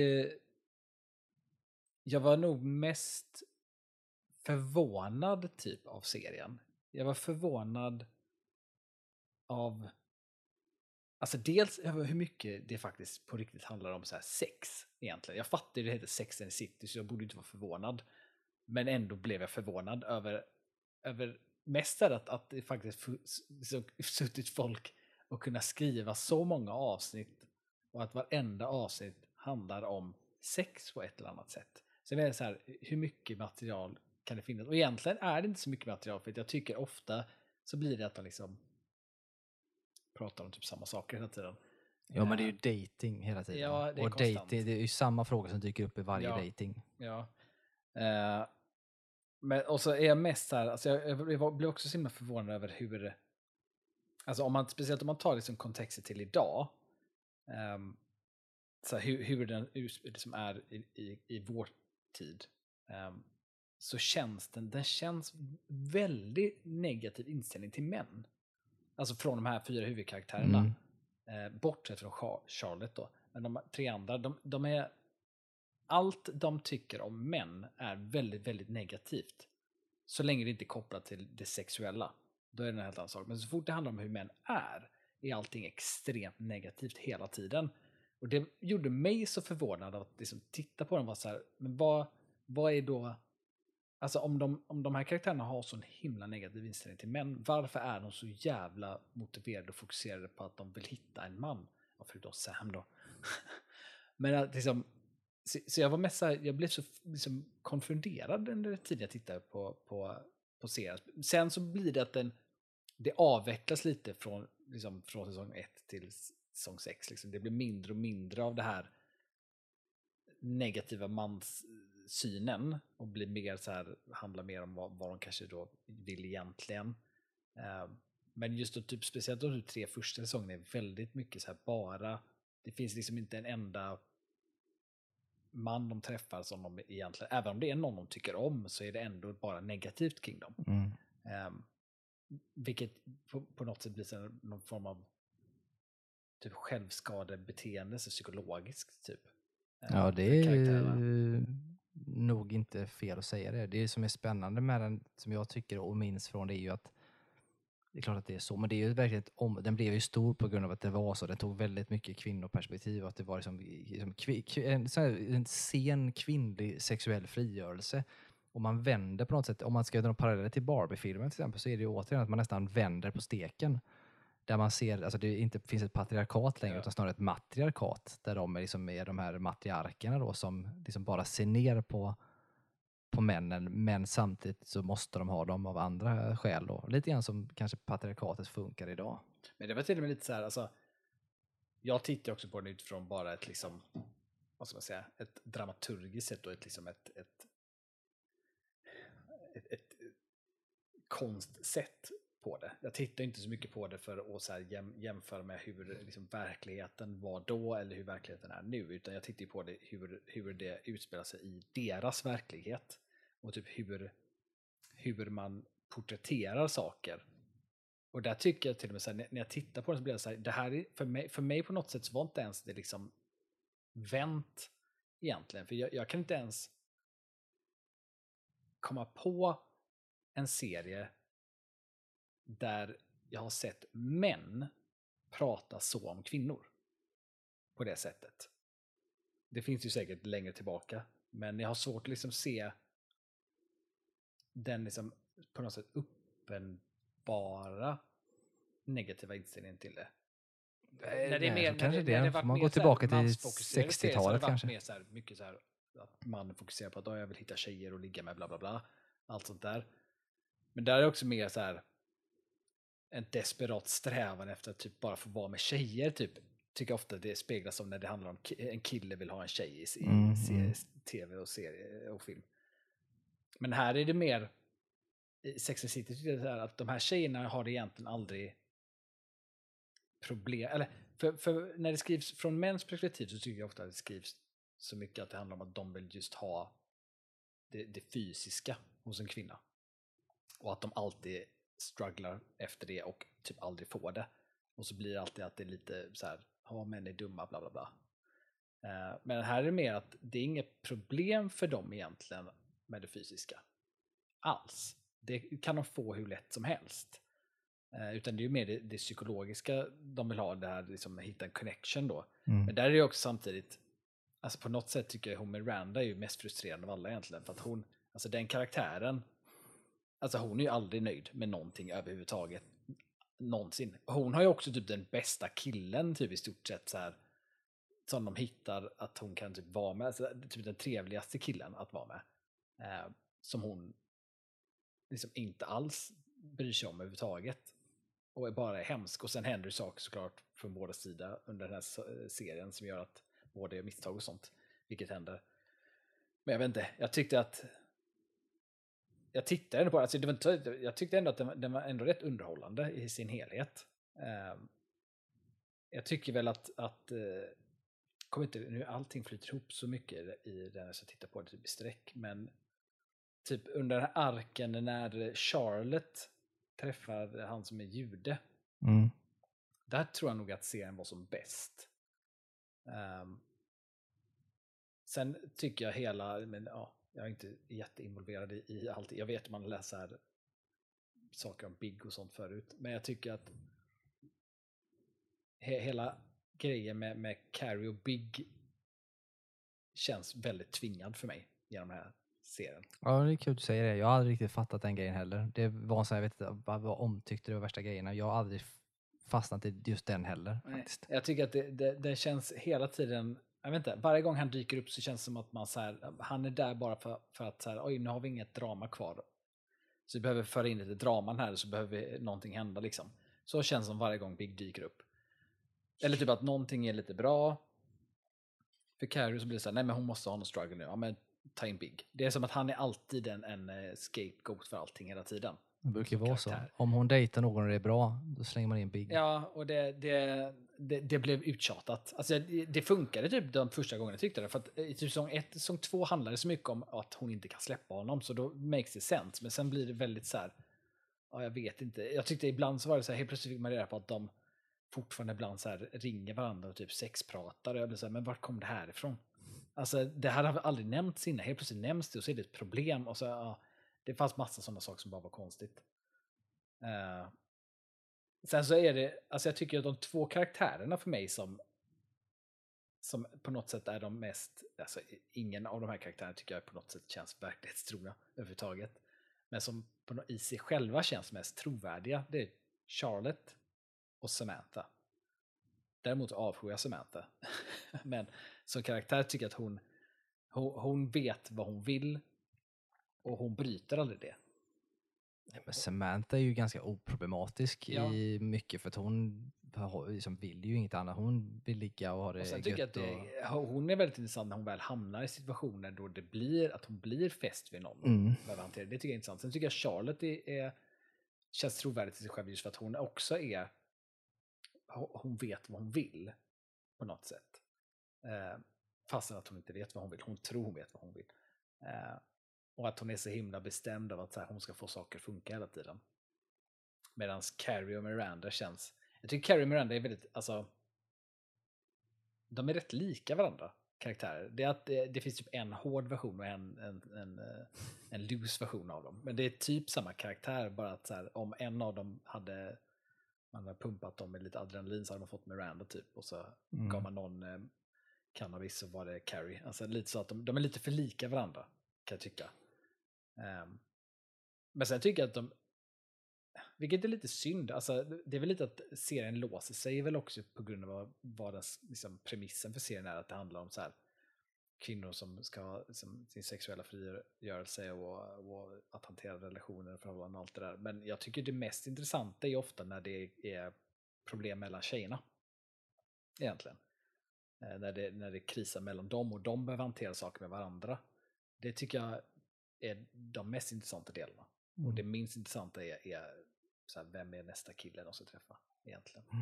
jag var nog mest förvånad typ av serien. Jag var förvånad av alltså dels hur mycket det faktiskt på riktigt handlar om så här sex egentligen. Jag fattar ju det heter Sex and the City, så jag borde inte vara förvånad. Men ändå blev jag förvånad över, över mest att, att det faktiskt suttit folk och kunna skriva så många avsnitt och att varenda avsnitt handlar om sex på ett eller annat sätt. Sen är det så här, hur mycket material kan det finnas? Och egentligen är det inte så mycket material, för jag tycker ofta så blir det att de liksom pratar om typ samma saker hela tiden. Ja, men det är ju dating hela tiden. Ja, det är och dating, det är ju samma fråga som dyker upp i varje ja. dating. Ja. Uh, men och så är jag mest så här, alltså jag, jag blev också så himla förvånad över hur, alltså om man, speciellt om man tar liksom kontexten till idag, um, så här, hur, hur den liksom är i, i, i vår tid, um, så känns den, den känns väldigt negativ inställning till män. Alltså från de här fyra huvudkaraktärerna. Mm. Eh, bortsett från Charlotte då. Men de tre andra, de, de är... Allt de tycker om män är väldigt, väldigt negativt. Så länge det inte är kopplat till det sexuella. Då är det en helt annan sak. Men så fort det handlar om hur män är, är allting extremt negativt hela tiden. Och det gjorde mig så förvånad att liksom titta på dem och vara så här, men vad, vad är då... Alltså om de, om de här karaktärerna har så en himla negativ inställning till män, varför är de så jävla motiverade och fokuserade på att de vill hitta en man? Ja, förutom Sam då. Men att liksom, Så, så jag var mest så här, jag blev så liksom konfunderad under tiden jag tittade på, på, på serien. Sen så blir det att den, det avvecklas lite från, liksom, från säsong ett till säsong sex. Liksom. Det blir mindre och mindre av det här negativa manssynen och blir mer så här, handlar mer om vad, vad de kanske då vill egentligen. Uh, men just då, typ, speciellt de tre första säsongerna är väldigt mycket så här bara, det finns liksom inte en enda man de träffar som de egentligen, även om det är någon de tycker om, så är det ändå bara negativt kring dem. Mm. Um, vilket på, på något sätt blir så någon form av typ självskadebeteende, så psykologiskt typ. Um, Ja, det är nog inte fel att säga det. Det som är spännande med den, som jag tycker och minns från det, är ju att det är klart att det är så, men det är ju verkligen ett om, den blev ju stor på grund av att det var så. Den tog väldigt mycket kvinnoperspektiv och att det var liksom, liksom kvi, en, så här, en sen kvinnlig sexuell frigörelse. Och man vänder på något sätt, om man ska dra paralleller till Barbie-filmen till exempel, så är det ju återigen att man nästan vänder på steken. Där man ser, alltså det inte finns ett patriarkat längre, ja. Utan snarare ett matriarkat. Där de är, liksom, är de här matriarkerna då, som liksom bara ser ner på på männen, men samtidigt så måste de ha dem av andra skäl då. Lite grann som kanske patriarkatet funkar idag. Men det var till och med lite så här, alltså, jag tittar också på den utifrån bara ett liksom, vad ska man säga, ett dramaturgiskt sätt och ett liksom ett ett, ett, ett konstsätt på det. Jag tittar inte så mycket på det för att så här jäm, jämföra med hur liksom verkligheten var då eller hur verkligheten är nu, utan jag tittar på det hur, hur det utspelar sig i deras verklighet och typ hur, hur man porträtterar saker. Och där tycker jag till och med så här, när jag tittar på det så blir det så här, det här är, för mig, för mig på något sätt så var inte ens det liksom vänt egentligen, för jag, jag kan inte ens komma på en serie där jag har sett män prata så om kvinnor på det sättet. Det finns ju säkert längre tillbaka, men jag har svårt att liksom se den liksom på något sätt uppenbara negativa inställningen till det. Nej, när det är mer, nej, kanske när det, det. när det Man går tillbaka till sextiotalet sextiotalet kanske. Mer så här, mycket så här att man fokuserar på att jag vill hitta tjejer och ligga med bla bla bla. Allt sånt där. Men där är också mer så här en desperat strävan efter att typ bara få vara med tjejer. Typ, tycker ofta det speglas som när det handlar om en kille vill ha en tjej i, mm, i serie, mm. tv och serie och film. Men här är det mer i Sex and the City tycker jag så här, att de här tjejerna har det egentligen aldrig problem. Eller, för, för när det skrivs från mäns perspektiv så tycker jag ofta att det skrivs så mycket att det handlar om att de vill just ha det, det fysiska hos en kvinna. Och att de alltid strugglar efter det och typ aldrig får det. Och så blir det alltid att det är lite så här, ja, män är dumma, bla bla bla. Uh, men här är det mer att det är inget problem för dem egentligen med det fysiska. Alls. Det kan de få hur lätt som helst. Uh, utan det är ju mer det, det psykologiska de vill ha, det här liksom, hitta en connection då. Mm. Men där är det också samtidigt, alltså på något sätt tycker jag hon Miranda är ju mest frustrerande av alla egentligen. För att hon, alltså den karaktären, alltså hon är ju aldrig nöjd med någonting överhuvudtaget. Någonsin. Hon har ju också typ den bästa killen typ i stort sett så här, som de hittar att hon kan typ vara med. Alltså, typ den trevligaste killen att vara med. Eh, som hon liksom inte alls bryr sig om överhuvudtaget. Och är bara hemsk. Och sen händer det saker såklart från båda sidor under den här serien som gör att båda gör misstag och sånt. Vilket händer. Men jag vet inte, jag tyckte att jag tittade ändå på alltså det var inte, jag tyckte ändå att den, den var ändå rätt underhållande i sin helhet. Um, jag tycker väl att, att uh, kommer inte, nu allting flyter ihop så mycket i den jag tittar på det typ i sträck, men typ under den här arken när Charlotte träffar han som är jude. Mm. Där tror jag nog att serien var som bäst. Um, sen tycker jag hela, men ja, jag är inte jätteinvolverad i, i allt. Jag vet att man läser saker om Big och sånt förut. Men jag tycker att he, hela grejen med, med Carrie och Big känns väldigt tvingad för mig genom den här serien. Ja, det är kul att du säger det. Jag har aldrig riktigt fattat den grejen heller. Det var så här, jag vet inte vad, vad omtyckte det var värsta grejerna. Jag har aldrig fastnat i just den heller. Faktiskt. Jag tycker att det, det, det känns hela tiden jag vet inte, varje gång han dyker upp så känns det som att man så här, han är där bara för, för att så här, oj, nu har vi inget drama kvar. Så vi behöver föra in lite draman här, så behöver vi, någonting hända liksom. Så känns det som varje gång Big dyker upp. Eller typ att någonting är lite bra. För Carrie så blir det så här, nej men hon måste ha någon struggle nu. Ja men ta in Big. Det är som att han är alltid en, en scapegoat för allting hela tiden. Det brukar vara så. Karaktär. Om hon dejtar någon och det är bra, då slänger man in Big. Ja, och det, det, det, det blev uttjatat. Alltså, det, det funkade typ de första gångerna tyckte jag. För att i typ säsong ett, säsong två handlade det så mycket om att hon inte kan släppa honom. Så då makes it sense. Men sen blir det väldigt så här, ja jag vet inte. Jag tyckte ibland så var det så här, helt plötsligt fick man reda på att de fortfarande ibland så här ringer varandra och typ sexpratar. Och jag blir så här, men vart kom det här ifrån? Alltså det här har aldrig nämnts innan. Helt plötsligt nämns det och så är det ett problem. Och så, ja, det fanns massa sådana saker som bara var konstigt. Uh, sen så är det, alltså jag tycker att de två karaktärerna för mig som som på något sätt är de mest, alltså ingen av de här karaktärerna tycker jag på något sätt känns verklighetstrogna överhuvudtaget. Men som på något, i sig själva känns mest trovärdiga, det är Charlotte och Samantha. Däremot avskyr jag Samantha. Men som karaktär tycker jag att hon, hon hon vet vad hon vill och hon bryter aldrig det. Men Samantha är ju ganska oproblematisk ja. i mycket för att hon liksom vill ju inget annat. Hon vill ligga och ha det och sen gött. Tycker jag att det, och... Hon är väldigt intressant när hon väl hamnar i situationer då det blir att hon blir fäst vid någon. Mm. Det tycker jag är intressant. Sen tycker jag Charlotte är, är, känns trovärdigt till sig själv just för att hon också är, hon vet vad hon vill på något sätt. Eh, fastän att hon inte vet vad hon vill. Hon tror hon vet vad hon vill. Eh, Och att hon är så himla bestämd av att så här, hon ska få saker att funka hela tiden. Medan Carrie och Miranda känns... Jag tycker Carrie och Miranda är väldigt... Alltså, de är rätt lika varandra, karaktärer. Det, är att det, det finns typ en hård version och en, en, en, en loose version av dem. Men det är typ samma karaktär, bara att så här, om en av dem hade... Man hade pumpat dem med lite adrenalin så hade man fått Miranda typ. Och så mm. gav man någon eh, cannabis så var det Carrie. Alltså lite så att de, de är lite för lika varandra, kan jag tycka. Um, men sen tycker jag att de, vilket är lite synd, alltså det är väl lite att serien låser sig väl också på grund av vad, vad den, liksom, premissen för serien är, att det handlar om så här kvinnor som ska ha liksom, sin sexuella frigörelse och, och att hantera relationer och förhållanden och allt det där. Men jag tycker det mest intressanta är ofta när det är problem mellan tjejerna egentligen. Eh, när, det, när det krisar mellan dem och de behöver hantera saker med varandra. Det tycker jag är de mest intressanta delarna. Mm. Och det minst intressanta är, är så här, vem är nästa kille de ska träffa egentligen. Mm.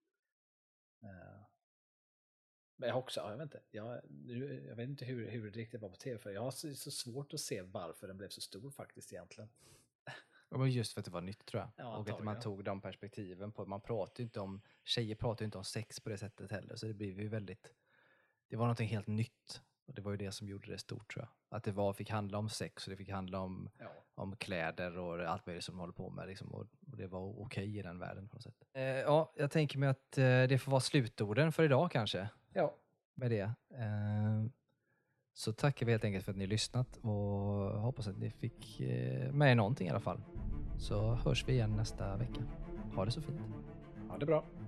Uh, men jag har också, ja, jag vet inte, jag, jag vet inte hur, hur det riktigt var på tv, för jag har så, så svårt att se varför den blev så stor faktiskt egentligen. Ja, men just för att det var nytt tror jag. Ja, och att man tog de perspektiven på, man pratar ju inte om, tjejer pratar ju inte om sex på det sättet heller, så det blev ju väldigt, det var någonting helt nytt. Och det var ju det som gjorde det stort tror jag. Att det var, fick handla om sex och det fick handla om, ja. om kläder och allt möjligt som de håller på med. Liksom, och, och det var okej okay i den världen på något sätt. Eh, ja, jag tänker mig att eh, det får vara slutorden för idag kanske. Ja. Med det. Eh, så tackar vi helt enkelt för att ni har lyssnat och hoppas att ni fick eh, med någonting i alla fall. Så hörs vi igen nästa vecka. Ha det så fint. Ha det bra.